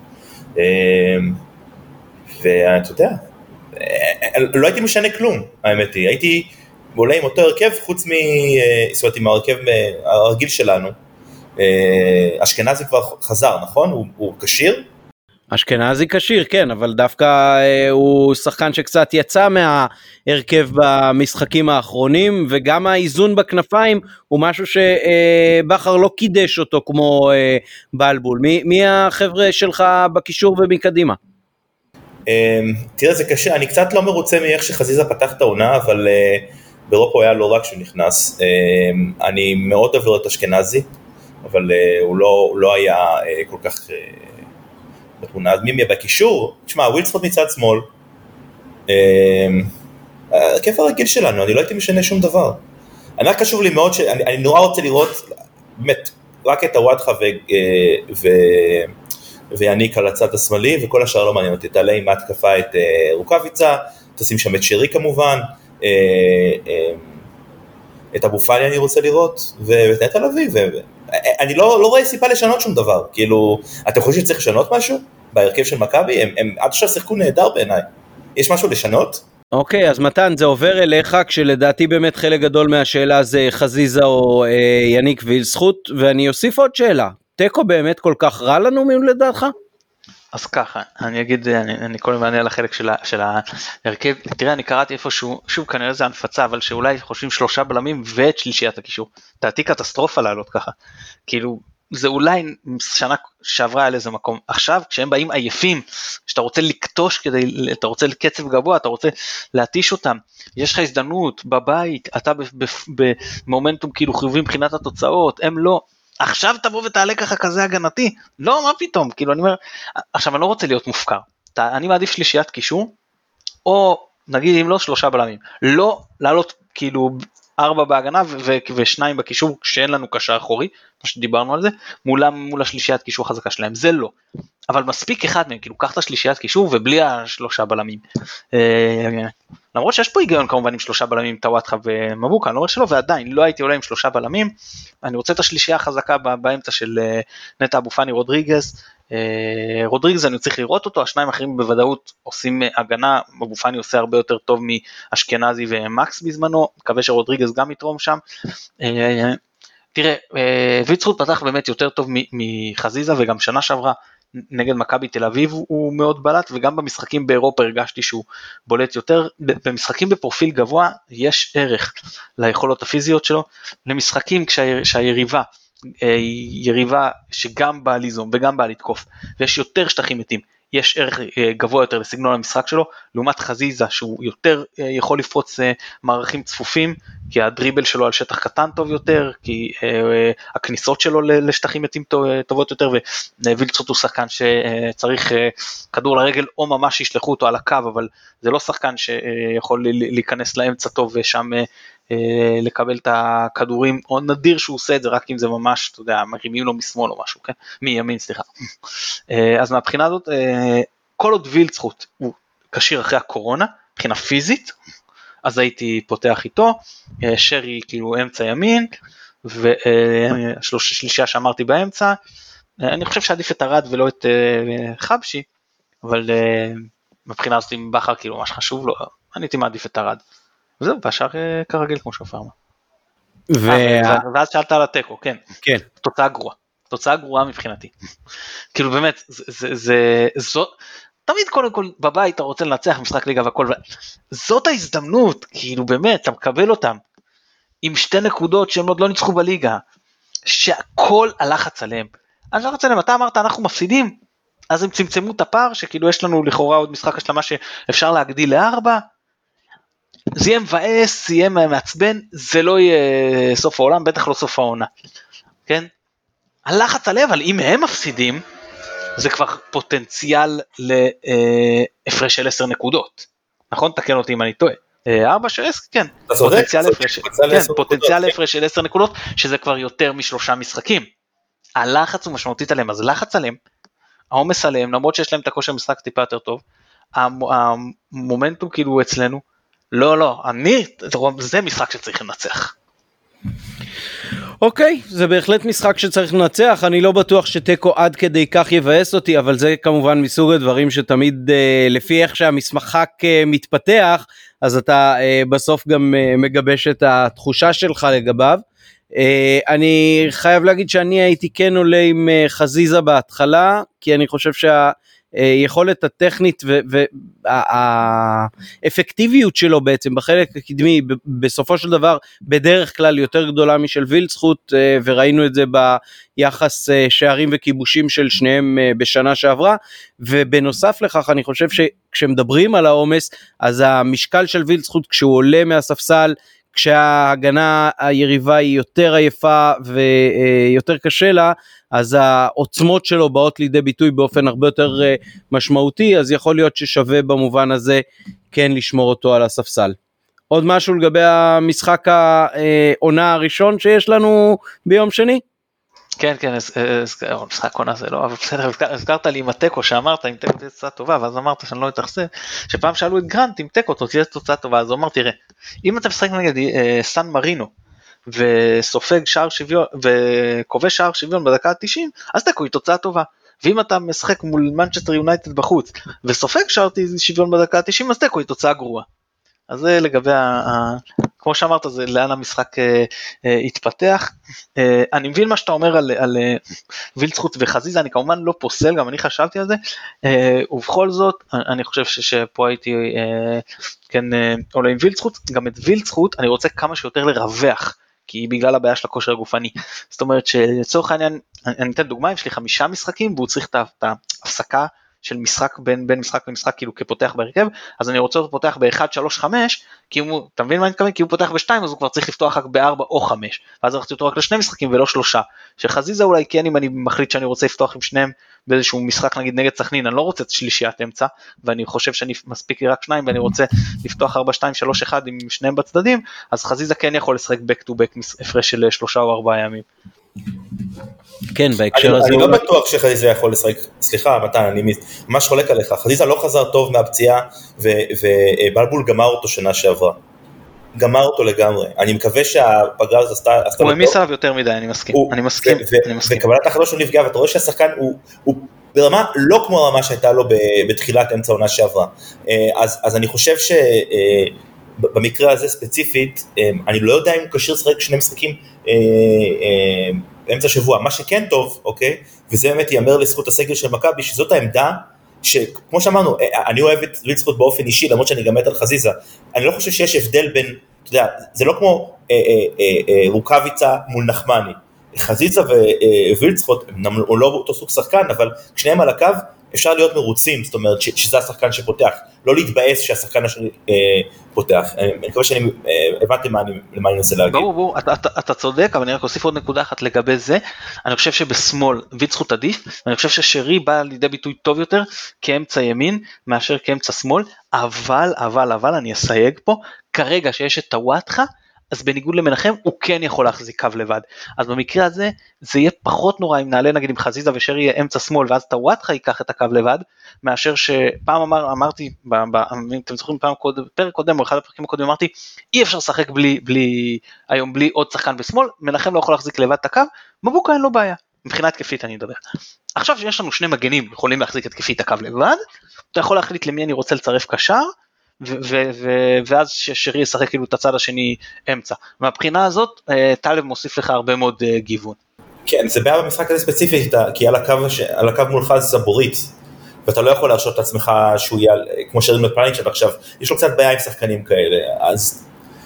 ואתה יודע, לא הייתי משנה כלום, האמת היא, הייתי עולה עם אותו הרכב, חוץ זאת אומרת, עם הרכב הרגיל שלנו, אשכנזי כבר חזר, נכון? הוא קשיר? אשכנזי קשיר, כן, אבל דווקא הוא שחקן שקצת יצא מהרכב במשחקים האחרונים, וגם האיזון בכנפיים הוא משהו שבחר לא קידש אותו כמו בלבול. מי החבר'ה שלך בקישור ומקדימה? תראה, זה קשה, אני קצת לא מרוצה מאיך שחזיזה פתח את העונה, אבל באירופה הוא היה לא רק שהוא נכנס. אני מאוד עובר את אשכנזי, אבל הוא לא היה כל כך בתמונה. אז מי יהיה בקישור? תשמע, ווילספורד מצד שמאל, הכיף הרגיל שלנו, אני לא הייתי משנה שום דבר. אני רק חשוב לי מאוד, אני נורא רוצה לראות, באמת, רק את הוואטחה ויניק על הצד השמאלי, וכל השאר לא מעניין אותי, תעלה עם ההתקפה את רוקביצה, תשים שם את שרי כמובן, את אבו פאני אני רוצה לראות, ואת נטע לביא, אני לא רואה סיבה לשנות שום דבר, כאילו, אתם חושבים שצריך לשנות משהו? בהרכב של מכבי, הם עד עכשיו שיחקו נהדר בעיניי, יש משהו לשנות? אוקיי, אז מתן, זה עובר אליך, כשלדעתי באמת חלק גדול מהשאלה זה חזיזה או יניק וילסחוט, ואני אוסיף עוד שאלה, טקו באמת כל כך רע לנו לדעתך? אז ככה, אני אגיד, אני קודם מענה על החלק של ההרכב, תראה, אני קראתי איפשהו, שוב כנראה זה הנפצה, אבל שאולי חושבים 3 בלמים ואת שלישיית הקישור, תעתי קטסטרופה לעלות ככה, כאילו, זה אולי שנה שעברה על איזה מקום, עכשיו כשהם באים עייפים, שאתה רוצה לקטוש אתה רוצה לקצב גבוה, אתה רוצה להתיש אותם, יש לך הזדמנות בבית, אתה במומנטום כאילו חיובי מבחינת התוצאות, הם לא, עכשיו תבוא ותעלה ככה כזה הגנתי, לא, מה פתאום, כאילו אני אומר, עכשיו אני לא רוצה להיות מופקר, אני מעדיף שלישיית קישור, או נגיד אם לא 3 בלמים, לא לעלות כאילו 4 בהגנה ו2 בקישור, כשאין לנו קשר אחורי, מה שדיברנו על זה, מול השלישיית קישור חזקה שלהם, זה לא, אבל מספיק אחד מהם, כאילו קח את השלישיית קישור ובלי 3 בלמים, למרות שיש פה היגיון כמובן עם 3 בלמים, טוואטחה ומבוקה, אני לא אומר שלא, ועדיין לא הייתי עולה עם 3 בלמים, אני רוצה את השלישייה החזקה באמצע של נטע אבו פאני רודריגז, רודריגז אני צריך לראות אותו, השניים האחרים בוודאות עושים הגנה, אבו פאני עושה הרבה יותר טוב מאשכנזי ומקס בזמנו, מקווה שרודריגז גם יתרום שם, תראה, וילסחוט פתח באמת יותר טוב מחזיזה, וגם שנה שעברה נגד מכבי תל אביב הוא מאוד בלט, וגם במשחקים באירופה הרגשתי שהוא בולט יותר, במשחקים בפרופיל גבוה יש ערך ליכולות הפיזיות שלו, למשחקים שהיריבה, יריבה שגם באה ליזום וגם באה לתקוף, ויש יותר שטחים מתים, יש ערך גבוה יותר לסגנון המשחק שלו, לעומת חזיזה שהוא יותר יכול לפרוץ מערכים צפופים, כי הדריבל שלו על שטח קטן טוב יותר, כי הכניסות שלו לשטחים מתים טובות יותר, ווילצחוט הוא שחקן שצריך כדור לרגל, או ממש ישלחו אותו על הקו, אבל זה לא שחקן שיכול להיכנס לאמצע טוב ושם לקבל את הכדורים, או נדיר שהוא עושה את זה רק אם זה ממש, אתה יודע, מרימים לו משמאל או משהו, כן? מימין, סליחה. אז מהבחינה הזאת, כל עוד וילצחוט הוא קשיר אחרי הקורונה, מבחינה פיזית, אז הייתי פותח איתו, שרי כאילו אמצע ימין, ושלישה שאמרתי באמצע, אני חושב שעדיף את הרד ולא את חבשי, אבל מבחינה הזאת עם בחר כאילו ממש חשוב לו, אני הייתי מעדיף את הרד. וזהו, והשאר כרגיל כמו שופר אמר. ואז שאלת על הטקו, כן. כן. תוצאה גרועה מבחינתי. כאילו באמת, תמיד קודם כל בבית אתה רוצה לנצח משחק ליגה והכל, זאת ההזדמנות, כאילו באמת, אתה מקבל אותם, עם 2 נקודות שהם עוד לא ניצחו בליגה, שהכל הלחץ עליהם. אני לא רוצה להם, אתה אמרת אנחנו מפסידים, אז הם צמצמו את הפער, שכאילו יש לנו לכאורה עוד משחק השלמה שאפשר להגדיל ל4, זה יהיה מבאס, זה יהיה מעצבן, זה לא יהיה סוף העולם, בטח לא סוף העונה, כן? הלחץ עליהם, אבל אם הם מפסידים, זה כבר פוטנציאל להפרש של 10 נקודות, נכון? תקן אותי אם אני טועה. 4 של 10, כן. פוטנציאל להפרש של 10 נקודות, שזה כבר יותר מ3 משחקים. הלחץ הוא משמעותית עליהם, אז לחץ עליהם, העומס עליהם, למרות שיש להם את הכושר משחק טיפה יותר טוב, המומנטום כאילו אצלנו, לא, זה משחק שצריך לנצח. אוקיי, זה בהחלט משחק שצריך לנצח, אני לא בטוח שטקו עד כדי כך יבאס אותי, אבל זה כמובן מסוג הדברים שתמיד לפי איך שהמשחק מתפתח, אז אתה בסוף גם מגבש את התחושה שלך לגביו. אני חייב להגיד שאני הייתי כן עולה עם חזיזה בהתחלה, כי אני חושב היכולת הטכנית והאפקטיביות שלו בעצם בחלק הקדמי בסופו של דבר בדרך כלל יותר גדולה משל וילצחוט, וראינו את זה ביחס שערים וכיבושים של שניהם בשנה שעברה, ובנוסף לכך אני חושב שכשמדברים על העומס, אז המשקל של וילצחוט כשהוא עולה מהספסל, כשההגנה היריבה היא יותר עייפה ויותר קשה לה, אז העוצמות שלו באות לידי ביטוי באופן הרבה יותר משמעותי, אז יכול להיות ששווה במובן הזה כן לשמור אותו על הספסל. עוד משהו לגבי המשחק העונה הראשון שיש לנו ביום שני? כן, משחק עונה זה לא, אבל בסדר, הזכרת לי עם הטקו שאמרת, עם טקו תהיה תוצאה טובה, ואז אמרת שאני לא אתאכזב, שפעם שאלו את גרנט עם טקו, תהיה תוצאה טובה, אז הוא אמר, תראה, אם אתה משחק נגד סן מרינו, וסופג שער שוויון, וכובש שער שוויון בדקה ה-90, אז טקו היא תוצאה טובה, ואם אתה משחק מול מנצ'סטר יונייטד בחוץ, וסופג שער שוויון בדקה ה-90, אז טקו היא תוצאה גרועה. אז זה לגבי, כמו שאמרת, זה לאן המשחק התפתח. אני מבין מה שאתה אומר על וילצחוט וחזיזה, אני כמובן לא פוסל, גם אני חשבתי על זה, ובכל זאת, אני חושב שפה הייתי, כן, עולה עם וילצחוט, גם את וילצחוט אני רוצה כמה שיותר לרווח, כי בגלל הבעיה של הכושר הגופני. זאת אומרת שלצורך העניין, אני אתן דוגמה, יש לי 5 משחקים, והוא צריך את ההפסקה, של משחק בין משחק למשחק כאילו כפותח בהרכב, אז אני רוצה אותו פותח ב-1-3-5, כי הוא, אתה מבין מה אני מתכוון? כי הוא פותח ב-2, אז הוא כבר צריך לפתוח רק ב-4 או 5, ואז רציתי אותו רק ל2 משחקים ולא 3, שחזיזה אולי כן, אם אני מחליט שאני רוצה לפתוח עם שניהם באיזשהו משחק נגד סכנין, אני לא רוצה את שלישיית אמצע, ואני חושב שאני מספיק לי רק 2, ואני רוצה לפתוח 4-2-3-1 עם שניהם בצדדים, אז חזיזה כן יכול לשחק back to back הפרש של 3 או 4 ימים. כן, בהקשר הזה... אני לא בטוח שחזיזה יכול לשחק, סליחה מתן, אני ממש חולק עליך, חזיזה לא חזר טוב מהפציעה, ובלבול גמר אותו שנה שעברה. גמר אותו לגמרי. אני מקווה שהפגרה הזאת עשתה... הוא המיס עליו יותר מדי, אני מסכים. וקבלת החלטה שהוא נפגע, ואתה רואה שהשחקן הוא ברמה לא כמו הרמה שהייתה לו בתחילת אמצע העונה שעברה. אז אני חושב שבמקרה הזה ספציפית, אני לא יודע אם הוא קשיר לשחק 2 משחקים באמצע שבוע, מה שכן טוב, אוקיי, וזה באמת יאמר לזכות הסגל של מכבי, שזאת העמדה, שכמו שאמרנו, אני אוהב את וילצחוט באופן אישי, למרות שאני גם מת על חזיזה, אני לא חושב שיש הבדל בין, אתה יודע, זה לא כמו רוקאביצה מול נחמני, חזיזה ווילצחוט, הוא לא אותו סוג שחקן, אבל כשניהם על הקו, אפשר להיות מרוצים, זאת אומרת שזה השחקן שפותח, לא להתבאס שהשחקן השני פותח. אני מקווה שאני הבנתי למה אני מנסה להגיד. ברור, אתה צודק, אבל אני רק אוסיף עוד נקודה אחת לגבי זה. אני חושב שבשמאל ויצחוט עדיף, ואני חושב ששרי בא לידי ביטוי טוב יותר כאמצע ימין מאשר כאמצע שמאל, אבל אני אסייג פה, כרגע שיש את טוואטחה, אז בניגוד למנחם הוא כן יכול להחזיק קו לבד, אז במקרה הזה זה יהיה פחות נורא אם נעלה נגיד עם חזיזה ושרי יהיה אמצע שמאל ואז טוואטחה ייקח את הקו לבד, מאשר שפעם אמרתי, אם אתם זוכרים פרק קודם או אחד הפרקים הקודם אמרתי אי אפשר לשחק היום בלי עוד שחקן בשמאל, מנחם לא יכול להחזיק לבד את הקו, מבוקה אין לו בעיה, מבחינה התקפית אני אדבר. עכשיו שיש לנו שני מגנים יכולים להחזיק התקפית הקו לבד, אתה יכול להחליט למי אני רוצה לצרף קשר, ואז ששרי ישחק כאילו את הצד השני אמצע. מהבחינה הזאת, טלב מוסיף לך הרבה מאוד גיוון. כן, זה בעיה במשחק הזה ספציפית, כי על הקו מולך זה סבורית, ואתה לא יכול להרשות את עצמך שהוא יהיה, כמו שרים לפלניץ' עכשיו, יש לו קצת בעיה עם שחקנים כאלה, אז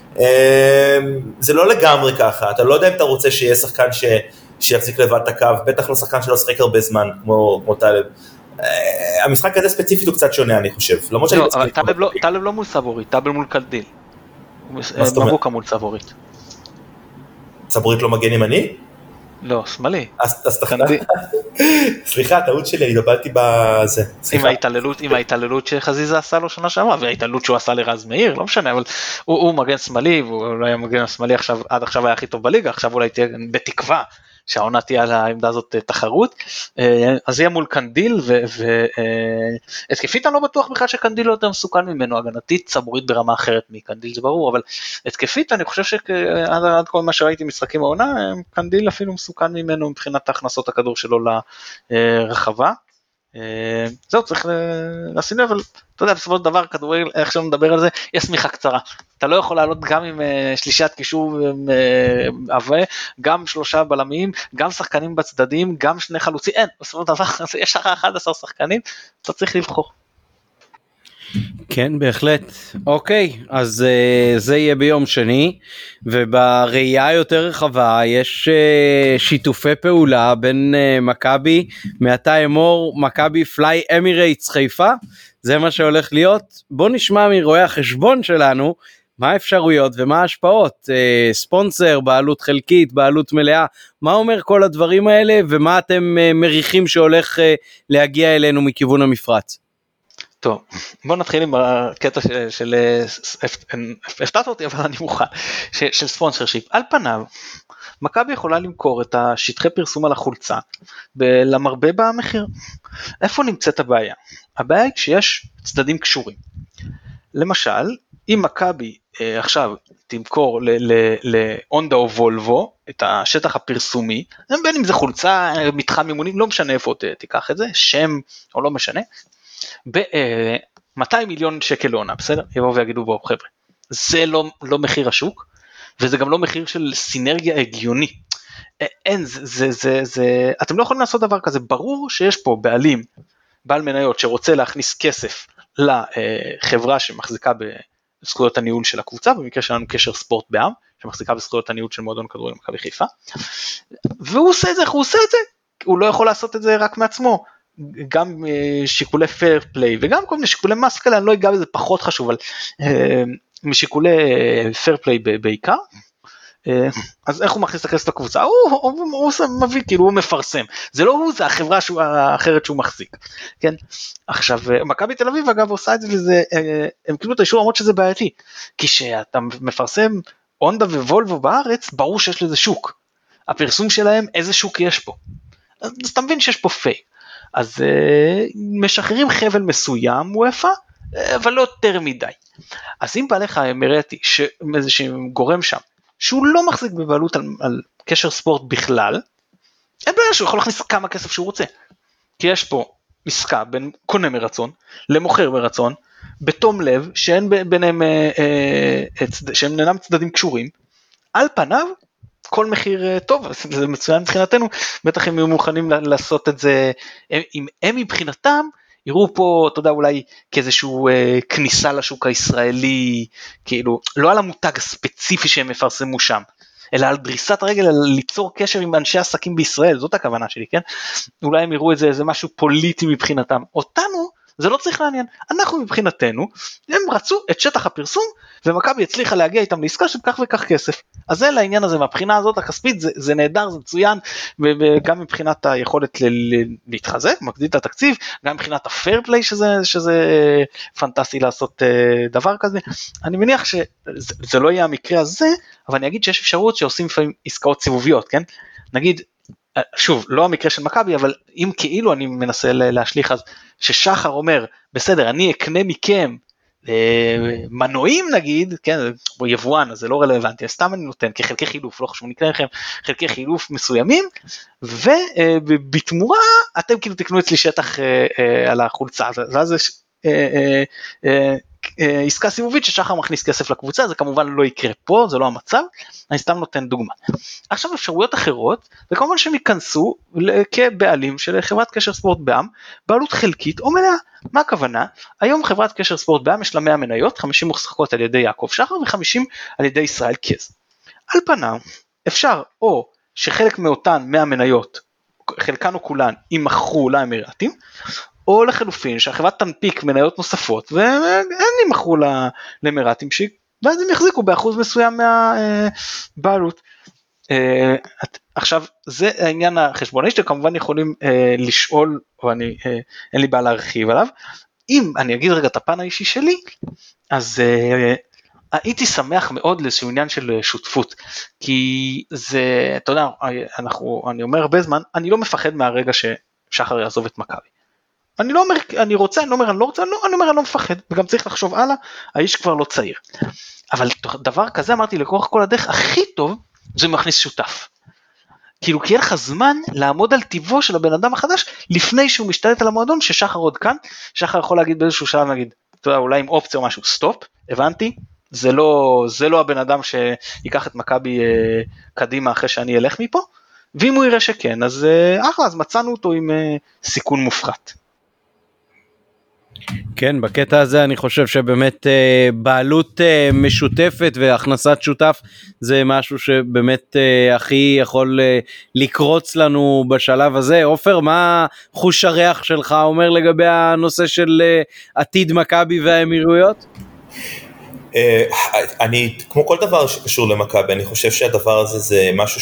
זה לא לגמרי ככה, אתה לא יודע אם אתה רוצה שיהיה שחקן שיחזיק לבד את הקו, בטח לא שחקן שלא שחק הרבה זמן, כמו טלב. המשחק הזה ספציפית הוא קצת שונה אני חושב, למרות שאני אבל טלב לא מול סבורית, טלב מול קלדיל, מבוקה מול סבורית. סבורית לא מגן ימני? לא, שמאלי. אז סליחה, טעות שלי, אני דבלתי בזה. עם ההתעללות שחזיזה עשה לו שנה שעברה, וההתעללות שהוא עשה לרז מאיר, לא משנה, אבל הוא מגן שמאלי, והוא לא היה מגן שמאלי עד עכשיו היה הכי טוב בליגה, עכשיו אולי תהיה בתקווה, שהעונה תהיה על העמדה הזאת תחרות, אז יהיה מול קנדיל, התקפית אני לא בטוח בכלל שקנדיל לא יותר מסוכן ממנו, הגנתית סבורית ברמה אחרת מקנדיל זה ברור, אבל התקפית אני חושב שעד כל מה שראיתי משחקים העונה, קנדיל אפילו מסוכן ממנו מבחינת הכנסות הכדור שלו לרחבה, זהו צריך לשים לב, אבל אתה יודע בסופו של דבר כדורגל, איך שלא נדבר על זה, יש שמיכה קצרה, אתה לא יכול לעלות גם עם שלישת קישור עבה, גם 3 בלמים, גם שחקנים בצדדים, גם 2 חלוצים, אין, בסופו של דבר יש לך 11 שחקנים, אתה צריך לבחור. כן, בהחלט. אוקיי, אז זה יהיה ביום שני, ובראייה יותר רחבה יש שיתופי פעולה בין מכבי, מעתה אמור מכבי פליי אמירייטס חיפה, זה מה שהולך להיות. בוא נשמע מרואי החשבון שלנו, מה האפשרויות ומה ההשפעות, ספונסר, בעלות חלקית, בעלות מלאה, מה אומר כל הדברים האלה, ומה אתם מריחים שהולך להגיע אלינו מכיוון המפרץ? טוב, בוא נתחיל עם הקטע של הפתעת אותי, אבל אני מוכן, של ספונסר שיפ. על פניו, מכבי יכולה למכור את השטחי פרסום על החולצה, למרבה במחיר. איפה נמצאת הבעיה? הבעיה היא כשיש צדדים קשורים. למשל, אם מכבי עכשיו תמכור להונדה או וולבו, את השטח הפרסומי, בין אם זה חולצה, מתחם אימונים, לא משנה איפה תיקח את זה, שם או לא משנה, ב-200 מיליון שקל לעונה, בסדר? יבואו ויגידו בו, חבר'ה, זה לא מחיר השוק, וזה גם לא מחיר של סינרגיה הגיוני. אין, אתם לא יכולים לעשות דבר כזה, ברור שיש פה בעל מניות שרוצה להכניס כסף לחברה שמחזיקה בזכויות הניהול של הקבוצה, במקרה שלנו קשר ספורט בעם, שמחזיקה בזכויות הניהול של מועדון כדורגל מכבי חיפה, והוא עושה את זה, הוא לא יכול לעשות את זה רק מעצמו, גם שיקולי פייר פליי וגם כל מיני שיקולי מס כאלה, אני לא אגע בזה, פחות חשוב, אבל משיקולי פייר פליי בעיקר, אז איך הוא מכניס את הכסף לקבוצה? הוא מביא, כאילו הוא מפרסם, זה לא הוא, זה החברה האחרת שהוא מחזיק, כן? עכשיו, מכבי תל אביב אגב עושה את זה, וזה, הם קיבלו את האישור למרות שזה בעייתי, כי שאתה מפרסם הונדה ווולבו בארץ, ברור שיש לזה שוק, הפרסום שלהם, איזה שוק יש פה, אז אתה מבין שיש פה פייק, אז משחררים חבל מסוים וופא, אבל לא יותר מדי. אז אם בא לך מראתי שאיזשהו גורם שם, שהוא לא מחזיק בבעלות על קשר ספורט בכלל, אין בעיה שהוא יכול להכניס כמה כסף שהוא רוצה. כי יש פה עסקה בין קונה מרצון למוכר מרצון, בתום לב שאין ביניהם, שהם אינם צדדים קשורים, על פניו, כל מחיר טוב, זה מצוין מבחינתנו, בטח הם יהיו מוכנים לעשות את זה, אם הם מבחינתם, יראו פה, אתה יודע, אולי כאיזשהו כניסה לשוק הישראלי, כאילו, לא על המותג הספציפי שהם מפרסמו שם, אלא על דריסת הרגל, על ליצור קשר עם אנשי עסקים בישראל, זאת הכוונה שלי, כן? אולי הם יראו את זה, איזה משהו פוליטי מבחינתם, אותנו, זה לא צריך לעניין, אנחנו מבחינתנו, הם רצו את שטח הפרסום, ומכבי הצליחה להגיע איתם לעסקה של כך וכך כסף, אז זה לעניין הזה, מהבחינה הזאת הכספית, זה נהדר, זה מצוין, וגם מבחינת היכולת להתחזק, מגדיל את התקציב, גם מבחינת הפייר פליי, שזה פנטסטי לעשות דבר כזה, אני מניח שזה לא יהיה המקרה הזה, אבל אני אגיד שיש אפשרות שעושים לפעמים עסקאות סיבוביות, כן? נגיד, שוב, לא המקרה של מכבי, אבל אם כאילו אני מנסה להשליך, אז ששחר אומר, בסדר, אני אקנה מכם מנועים נגיד, כן, או יבואן, אז זה לא רלוונטי, סתם אני נותן כחלקי חילוף, לא חשוב, נקנה לכם חלקי חילוף מסוימים, ובתמורה אתם כאילו תקנו אצלי שטח על החולצה, ואז יש עסקה סיבובית ששחר מכניס כסף לקבוצה, זה כמובן לא יקרה פה, זה לא המצב, אני סתם נותן דוגמה. עכשיו אפשרויות אחרות, וכמובן שהם ייכנסו כבעלים של חברת קשר ספורט בע"מ, בעלות חלקית או מלאה. מה הכוונה? היום חברת קשר ספורט בע"מ יש לה 100 מניות, 50 מוחזקות על ידי יעקב שחר ו50 על ידי ישראל קז. על פניו אפשר או שחלק מאותן 100 מניות, חלקן או כולן, יימכרו לאמירתים, או לחלופין שהחברה תנפיק מניות נוספות, והם יימכרו לאמירתים, ואז הם יחזיקו באחוז מסוים מהבעלות. עכשיו, זה העניין החשבוני, שאתם כמובן יכולים לשאול, או אין לי בעיה להרחיב עליו, אם אני אגיד רגע את הפן האישי שלי, אז הייתי שמח מאוד לאיזשהו עניין של שותפות, כי זה, אתה יודע, אני אומר הרבה זמן, אני לא מפחד מהרגע ששחר יעזוב את מכבי. אני לא אומר, אני רוצה, אני לא אומר, אני לא רוצה, אני אומר, אני לא מפחד, וגם צריך לחשוב הלאה, האיש כבר לא צעיר. אבל דבר כזה, אמרתי, לקוח כל הדרך, הכי טוב, זה מכניס שותף. כאילו, כי יהיה לך זמן לעמוד על טיבו של הבן אדם החדש, לפני שהוא משתלט על המועדון, ששחר עוד כאן, שחר יכול להגיד באיזשהו שלב, נגיד, אתה יודע, אולי עם אופציה או משהו, סטופ, הבנתי, זה לא הבן אדם שיקח את מכבי קדימה אחרי שאני אלך מפה, ואם הוא יראה שכן, אז אחלה, אז מצאנו אותו עם סיכון מופחת. כן, בקטע הזה אני חושב שבאמת בעלות משותפת והכנסת שותף זה משהו שבאמת הכי יכול לקרוץ לנו בשלב הזה. עופר, מה חוש הריח שלך אומר לגבי הנושא של עתיד מכבי והאמירויות? אני, כמו כל דבר שקשור למכבי, אני חושב שהדבר הזה זה משהו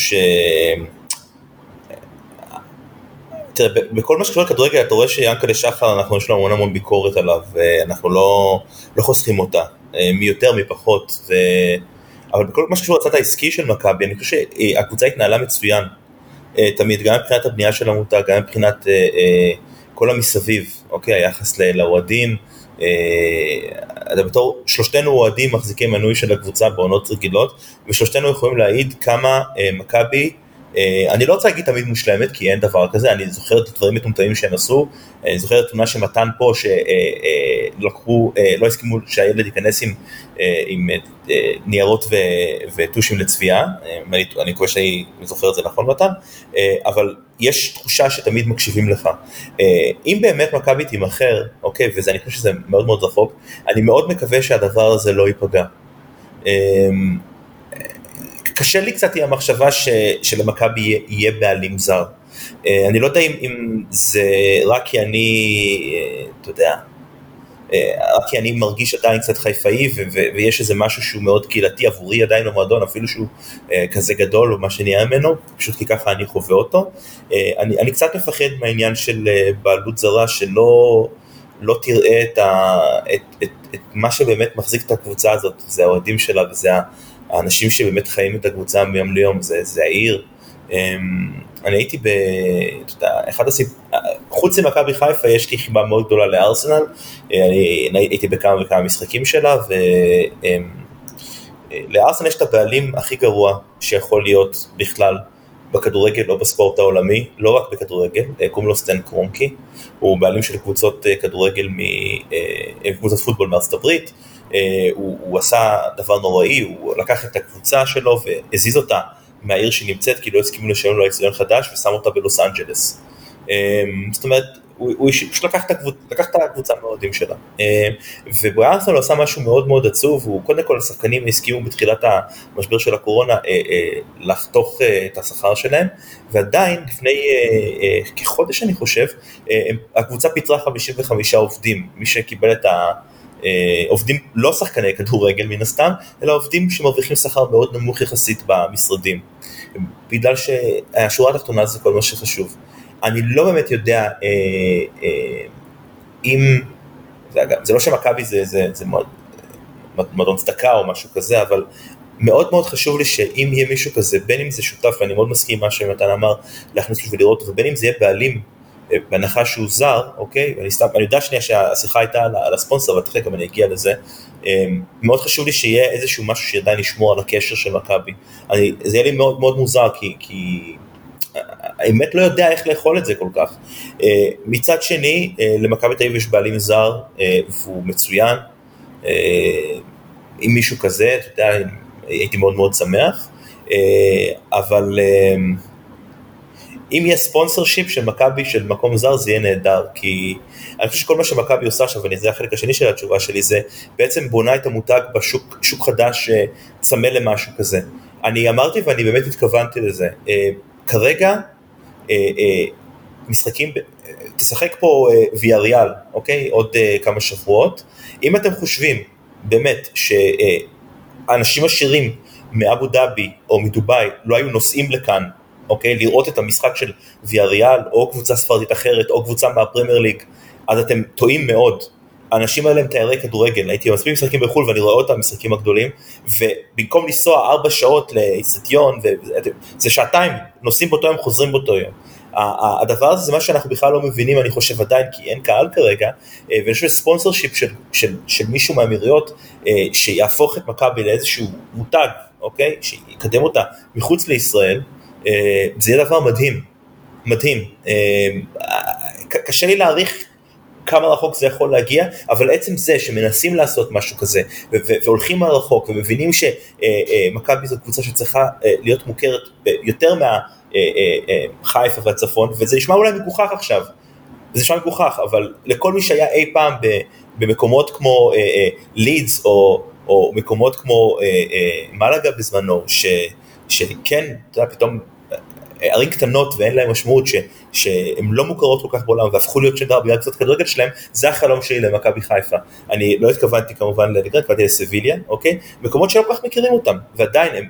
תראה, בכל מה שקורה לכדורגל, אתה רואה שיענקל'ה שחר, אנחנו יש לנו המון ביקורת עליו, ואנחנו לא חוסכים אותה, מי יותר, מי פחות, אבל בכל מה שקשור לצד העסקי של מכבי, אני חושב שהקבוצה התנהלה מצוין, תמיד, גם מבחינת הבנייה של המותג, גם מבחינת כל המסביב, אוקיי, היחס לאוהדים, בתור שלושתנו אוהדים מחזיקים מנוי של הקבוצה בעונות רגילות, ושלושתנו יכולים להעיד כמה מכבי, אני לא רוצה להגיד תמיד מושלמת, כי אין דבר כזה, אני זוכר את הדברים מטומטמים שהם עשו, אני זוכר את תמונה שמתן פה, שלקחו, לא הסכימו שהילד ייכנס עם ניירות וטושים לצביעה, אני מקווה שאני זוכר את זה נכון מתן, אבל יש תחושה שתמיד מקשיבים לך. אם באמת מכבי תימכר, אוקיי, וזה אני חושב שזה מאוד מאוד רחוק, אני מאוד מקווה שהדבר הזה לא ייפגע. קשה לי קצת עם המחשבה שלמכבי יהיה בעלים זר. אני לא יודע אם זה רק כי אתה יודע, רק כי אני מרגיש עדיין קצת חיפאי, ויש איזה משהו שהוא מאוד קהילתי עבורי עדיין במועדון, אפילו שהוא כזה גדול או מה שנהיה ממנו, פשוט כי ככה אני חווה אותו. אני קצת מפחד מהעניין של בעלות זרה, שלא תראה את מה שבאמת מחזיק את הקבוצה הזאת, זה האוהדים שלה וזה האנשים שבאמת חיים את הקבוצה מיום ליום, זה העיר. אני הייתי חוץ ממכבי חיפה יש לי חיבה מאוד גדולה לארסנל, אני הייתי בכמה וכמה משחקים שלה, ולארסנל יש את הבעלים הכי גרוע שיכול להיות בכלל בכדורגל או בספורט העולמי, לא רק בכדורגל, קוראים לו סטן קרונקי, הוא בעלים של קבוצות כדורגל קבוצות פוטבול מארצות הברית, הוא עשה דבר נוראי, הוא לקח את הקבוצה שלו והזיז אותה מהעיר שהיא נמצאת, כי לא הסכימו לשלם לו אצטדיון חדש, ושם אותה בלוס אנג'לס. זאת אומרת, הוא פשוט לקח את הקבוצה מהאוהדים שלה, ובריארסון עושה משהו מאוד מאוד עצוב, הוא קודם כל השחקנים הסכימו בתחילת המשבר של הקורונה לחתוך את השכר שלהם, ועדיין לפני כחודש אני חושב, הקבוצה פיטרה 55 עובדים, מי שקיבל את עובדים לא שחקני כדורגל מן הסתם, אלא עובדים שמרוויחים שכר מאוד נמוך יחסית במשרדים, בגלל שהשורה התחתונה זה כל מה שחשוב. אני לא באמת יודע אם, זה לא שמכבי זה מועדון צדקה או משהו כזה, אבל מאוד מאוד חשוב לי שאם יהיה מישהו כזה, בין אם זה שותף, ואני מאוד מסכים מה שמתן אמר, להכניס לו ולראות, ובין אם זה יהיה בעלים, בהנחה שהוא זר, אוקיי? אני יודע שנייה שהשיחה הייתה על הספונסר, אבל תכף גם אני אגיע לזה. מאוד חשוב לי שיהיה איזשהו משהו שעדיין ישמור על הקשר של מכבי. זה יהיה לי מאוד מאוד מוזר, כי האמת לא יודע איך לאכול את זה כל כך. מצד שני, למכבי תל אביב יש בעלים זר, והוא מצוין. עם מישהו כזה, אתה יודע, הייתי מאוד מאוד שמח. אבל אם יהיה ספונסר שיפ של מכבי של מקום זר, זה יהיה נהדר, כי אני חושב שכל מה שמכבי עושה עכשיו, וזה החלק השני של התשובה שלי, זה בעצם בונה את המותג בשוק חדש צמא למשהו כזה. אני אמרתי ואני באמת התכוונתי לזה. כרגע, משחקים, תשחק פה ויאריאל, אוקיי? עוד כמה שבועות. אם אתם חושבים באמת שאנשים עשירים מאבו דאבי או מדובאי לא היו נוסעים לכאן, אוקיי, לראות את המשחק של ויאריאל, או קבוצה ספרדית אחרת, או קבוצה מהפרמייר ליג, אז אתם טועים מאוד. האנשים האלה הם תיירי כדורגל, הייתי מספיק משחקים בחול, ואני רואה אותם משחקים הגדולים, ובמקום לנסוע 4 שעות לאצטדיון, זה שעתיים, נוסעים באותו יום, חוזרים באותו יום. הדבר הזה זה מה שאנחנו בכלל לא מבינים, אני חושב עדיין, כי אין קהל כרגע, ואני חושב ספונסר שיפ של מישהו מהאמירויות, שיהפוך את מכבי לאיזשהו מותג, אוקיי, שיקדם אותה מחוץ לישראל, זה יהיה דבר מדהים, מדהים. קשה לי להעריך כמה רחוק זה יכול להגיע, אבל עצם זה שמנסים לעשות משהו כזה, והולכים על רחוק, ומבינים שמכבי זו קבוצה שצריכה להיות מוכרת יותר מהחיפה והצפון, וזה נשמע אולי מגוחך עכשיו, זה נשמע מגוחך, אבל לכל מי שהיה אי פעם במקומות כמו לידס, או מקומות כמו מלאגה בזמנו, שכן, אתה יודע, פתאום ערים קטנות ואין להם משמעות שהן לא מוכרות כל כך בעולם והפכו להיות שדר בגלל קצת כדורגל שלהם, זה החלום שלי למכבי חיפה. אני לא התכוונתי כמובן לנגרד, התכוונתי לסביליה, אוקיי? מקומות שלא כל כך מכירים אותם, ועדיין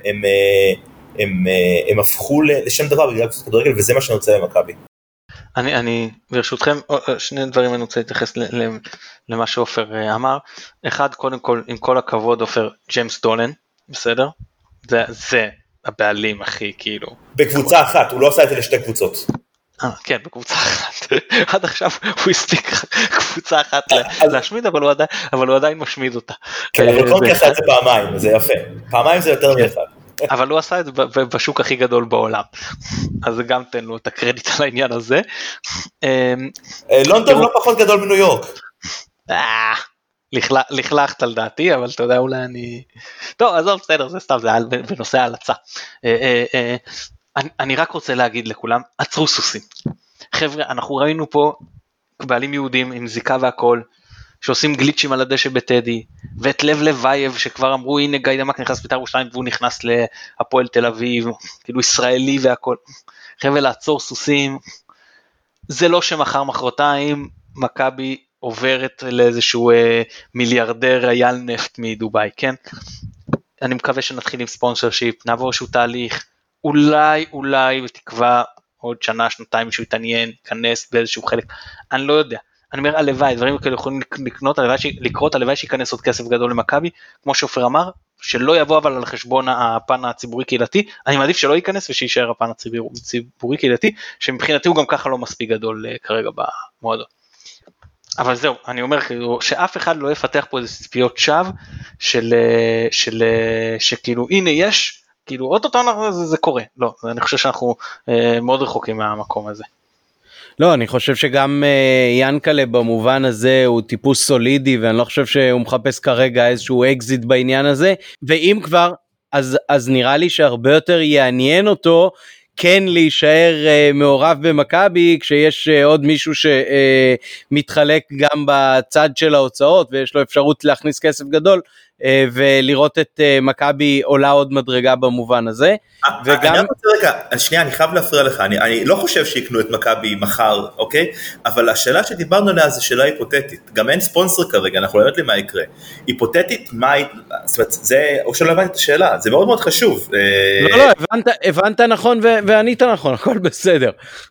הם הפכו לשם דבר בגלל קצת כדורגל, וזה מה שאני רוצה למכבי. אני ברשותכם, שני דברים אני רוצה להתייחס למה שאופר אמר. אחד, קודם כל, עם כל הכבוד, אופר, ג'יימס דולן, בסדר? זה הבעלים הכי כאילו בקבוצה אחת, הוא לא עושה את זה לשתי קבוצות. כן, בקבוצה אחת. עד עכשיו הוא הספיק קבוצה אחת להשמיד, אבל הוא עדיין משמיד אותה. כן, אבל קונקי עשה את זה פעמיים, זה יפה. פעמיים זה יותר מאחד. אבל הוא עשה את זה בשוק הכי גדול בעולם, אז גם תן לו את הקרדיט על העניין הזה. לונדון לא פחות גדול מניו יורק. לכלכת על דעתי, אבל אתה יודע, אולי אני... טוב, עזוב, בסדר, זה סתם, זה היה בנושא ההלצה. אני רק רוצה להגיד לכולם, עצרו סוסים. חבר'ה, אנחנו ראינו פה בעלים יהודים עם זיקה והכל, שעושים גליצ'ים על הדשא בטדי, ואת לב לוייב שכבר אמרו, הנה גיא דמק נכנס בית"ר ירושלים, והוא נכנס להפועל תל אביב, כאילו ישראלי והכל. חבר'ה, לעצור סוסים, זה לא שמחר מחרתיים, מכבי עוברת לאיזשהו מיליארדר אייל נפט מדובאי, כן? אני מקווה שנתחיל עם ספונסר שיפ, נעבור איזשהו תהליך, אולי בתקווה עוד שנה, שנתיים, מישהו יתעניין, כנס באיזשהו חלק, אני לא יודע. אני אומר, הלוואי, דברים כאלה יכולים לקרות, הלוואי שיכנס עוד כסף גדול למכבי, כמו שאופר אמר, שלא יבוא אבל על חשבון הפן הציבורי קהילתי, אני מעדיף שלא ייכנס ושישאר הפן הציבורי קהילתי, שמבחינתי הוא גם ככה לא מספיק גדול כרגע במועדון. אבל זהו, אני אומר שאף אחד לא יפתח פה איזה ציפיות שווא, שכאילו הנה יש, כאילו אותו זה קורה, לא, אני חושב שאנחנו מאוד רחוקים מהמקום הזה. לא, אני חושב שגם ינקלה במובן הזה הוא טיפוס סולידי, ואני לא חושב שהוא מחפש כרגע איזשהו אקזיט בעניין הזה, ואם כבר, אז נראה לי שהרבה יותר יעניין אותו, כן להישאר מעורב במכבי, כשיש עוד מישהו שמתחלק גם בצד של ההוצאות, ויש לו אפשרות להכניס כסף גדול, ולראות את מכבי עולה עוד מדרגה במובן הזה. וגם... אני רוצה רגע, שנייה, אני חייב להפריע לך, אני לא חושב שיקנו את מכבי מחר, אוקיי? אבל השאלה שדיברנו עליה זה שאלה היפותטית, גם אין ספונסר כרגע, אנחנו לא יודעים מה יקרה. היפותטית, זאת אומרת, זה, או שלא הבנתי את השאלה, זה מאוד מאוד חשוב. לא, הבנת נכון וענית נכון, הכל בסדר.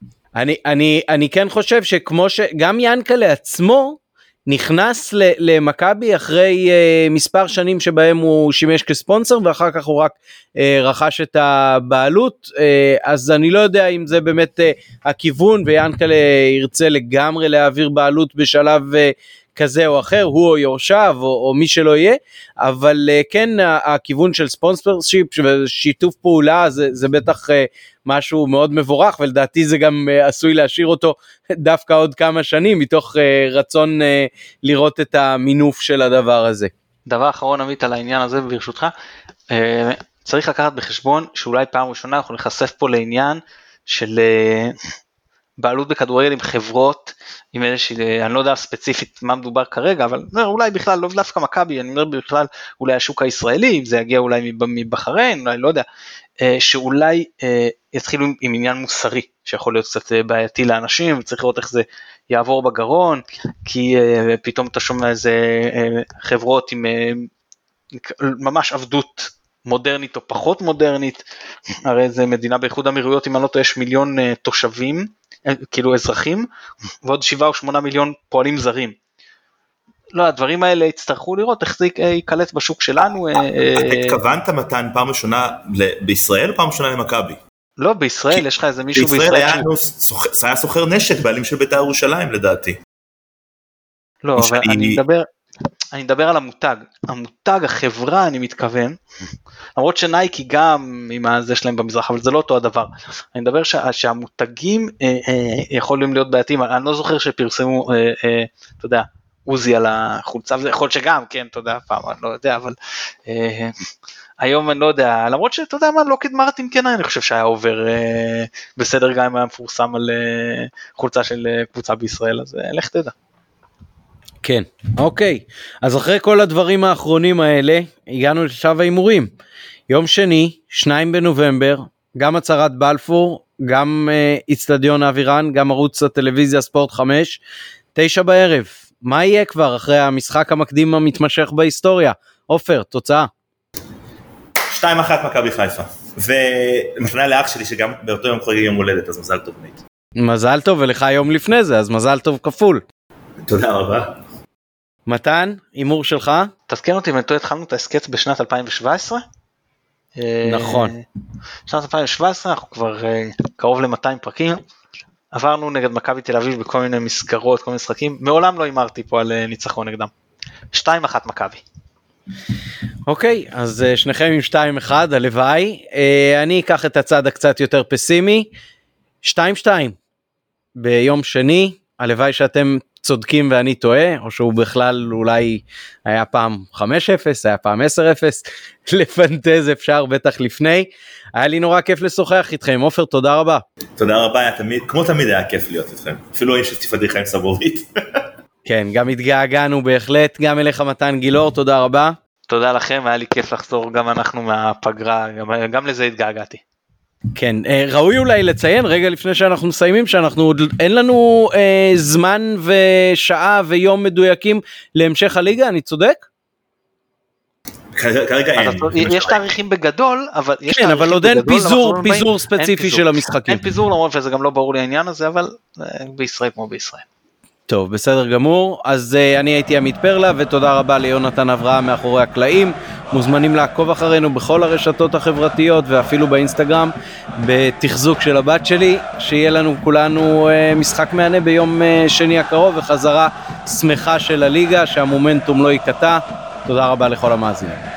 אני כן חושב שכמו שגם ינקלה עצמו, נכנס למכבי אחרי מספר שנים שבהם הוא שימש כספונסר, ואחר כך הוא רק רכש את הבעלות, אז אני לא יודע אם זה באמת הכיוון, ויאנקלה ירצה לגמרי להעביר בעלות בשלב כזה או אחר, הוא או יורשיו או מי שלא יהיה, אבל כן הכיוון של ספונסרשיפ ושיתוף פעולה זה בטח משהו מאוד מבורך, ולדעתי זה גם עשוי להשאיר אותו דווקא עוד כמה שנים, מתוך רצון לראות את המינוף של הדבר הזה. דבר אחרון עמית על העניין הזה ברשותך, צריך לקחת בחשבון שאולי פעם ראשונה אנחנו נחשף פה לעניין של בעלות בכדורגל עם חברות, עם איזושהי, אני לא יודע ספציפית מה מדובר כרגע, אבל אולי בכלל, לא דווקא מכבי, אני אומר בכלל אולי השוק הישראלי, אם זה יגיע אולי מבחריין, אולי לא יודע, שאולי יתחילו עם עניין מוסרי, שיכול להיות קצת בעייתי לאנשים, וצריך לראות איך זה יעבור בגרון, כי פתאום אתה שומע איזה חברות עם ממש עבדות מודרנית או פחות מודרנית, הרי זה מדינה באיחוד האמירויות, אם אני לא טועה, יש 1,000,000 תושבים, כאילו אזרחים, ועוד 7 או 8 מיליון פועלים זרים. לא, הדברים האלה יצטרכו לראות איך זה ייקלט בשוק שלנו. התכוונת מתן פעם ראשונה בישראל או פעם ראשונה למכבי? לא, בישראל, יש לך איזה מישהו בישראל. בישראל היה סוחר נשק, בעלים של בית"ר ירושלים לדעתי. לא, אבל אני מדבר על המותג. המותג, החברה, אני מתכוון, למרות שנייקי גם עם הזה שלהם במזרח, אבל זה לא אותו הדבר. אני מדבר שהמותגים יכולים להיות בעייתיים, אני לא זוכר שפרסמו, אתה יודע, עוזי על החולצה, וזה יכול להיות שגם, כן, אתה יודע, פעם, אני לא יודע, אבל היום אני לא יודע, למרות שאתה יודע מה, לוקהיד מרטין כן, אני חושב שהיה עובר בסדר גם אם היה מפורסם על חולצה של קבוצה בישראל, אז לך תדע. כן, אוקיי, אז אחרי כל הדברים האחרונים האלה, הגענו לשלב ההימורים. יום שני, 2 בנובמבר, גם הצהרת בלפור, גם אצטדיון אבירן, גם ערוץ הטלוויזיה ספורט 5, 9 בערב. מה יהיה כבר אחרי המשחק המקדים המתמשך בהיסטוריה? עופר, תוצאה. 2-1 מכבי חיפה. ומתנה לאח שלי שגם באותו יום חוגג יום הולדת, אז מזל טוב נית. מזל טוב, ולך יום לפני זה, אז מזל טוב כפול. תודה רבה. מתן, הימור שלך? תזכן אותי, מתי התחלנו את ההסקט בשנת 2017? נכון. בשנת 2017 אנחנו כבר קרוב ל-200 פרקים, עברנו נגד מכבי תל אביב בכל מיני מסגרות, כל מיני משחקים, מעולם לא הימרתי פה על ניצחון נגדם. 2-1 מכבי. אוקיי, אז שניכם עם 2-1, הלוואי. אני אקח את הצד הקצת יותר פסימי, 2-2 ביום שני, הלוואי שאתם צודקים ואני טועה, או שהוא בכלל אולי היה פעם 5-0, היה פעם 10-0, לפנטז אפשר בטח לפני. היה לי נורא כיף לשוחח איתכם, עופר, תודה רבה. תודה רבה, כמו תמיד היה כיף להיות איתכם, אפילו יש שתפאדי חיים סבורית. כן, גם התגעגענו בהחלט, גם אליך מתן גילאור, תודה רבה. תודה לכם, היה לי כיף לחזור, גם אנחנו מהפגרה, גם לזה התגעגעתי. כן, ראוי אולי לציין רגע לפני שאנחנו מסיימים, שאנחנו אין לנו זמן ושעה ויום מדויקים להמשך הליגה, אני צודק? כרגע אין. יש תאריכים בגדול, אבל כן, אבל עוד אין פיזור ספציפי של המשחקים. אין פיזור, למרות שזה גם לא ברור לי העניין הזה, אבל בישראל כמו בישראל. טוב, בסדר גמור, אז אני הייתי עמית פרלה, ותודה רבה ליונתן אברהם מאחורי הקלעים. מוזמנים לעקוב אחרינו בכל הרשתות החברתיות, ואפילו באינסטגרם, בתחזוק של הבת שלי, שיהיה לנו כולנו משחק מענה ביום שני הקרוב, וחזרה שמחה של הליגה, שהמומנטום לא יקטע. תודה רבה לכל המאזינים.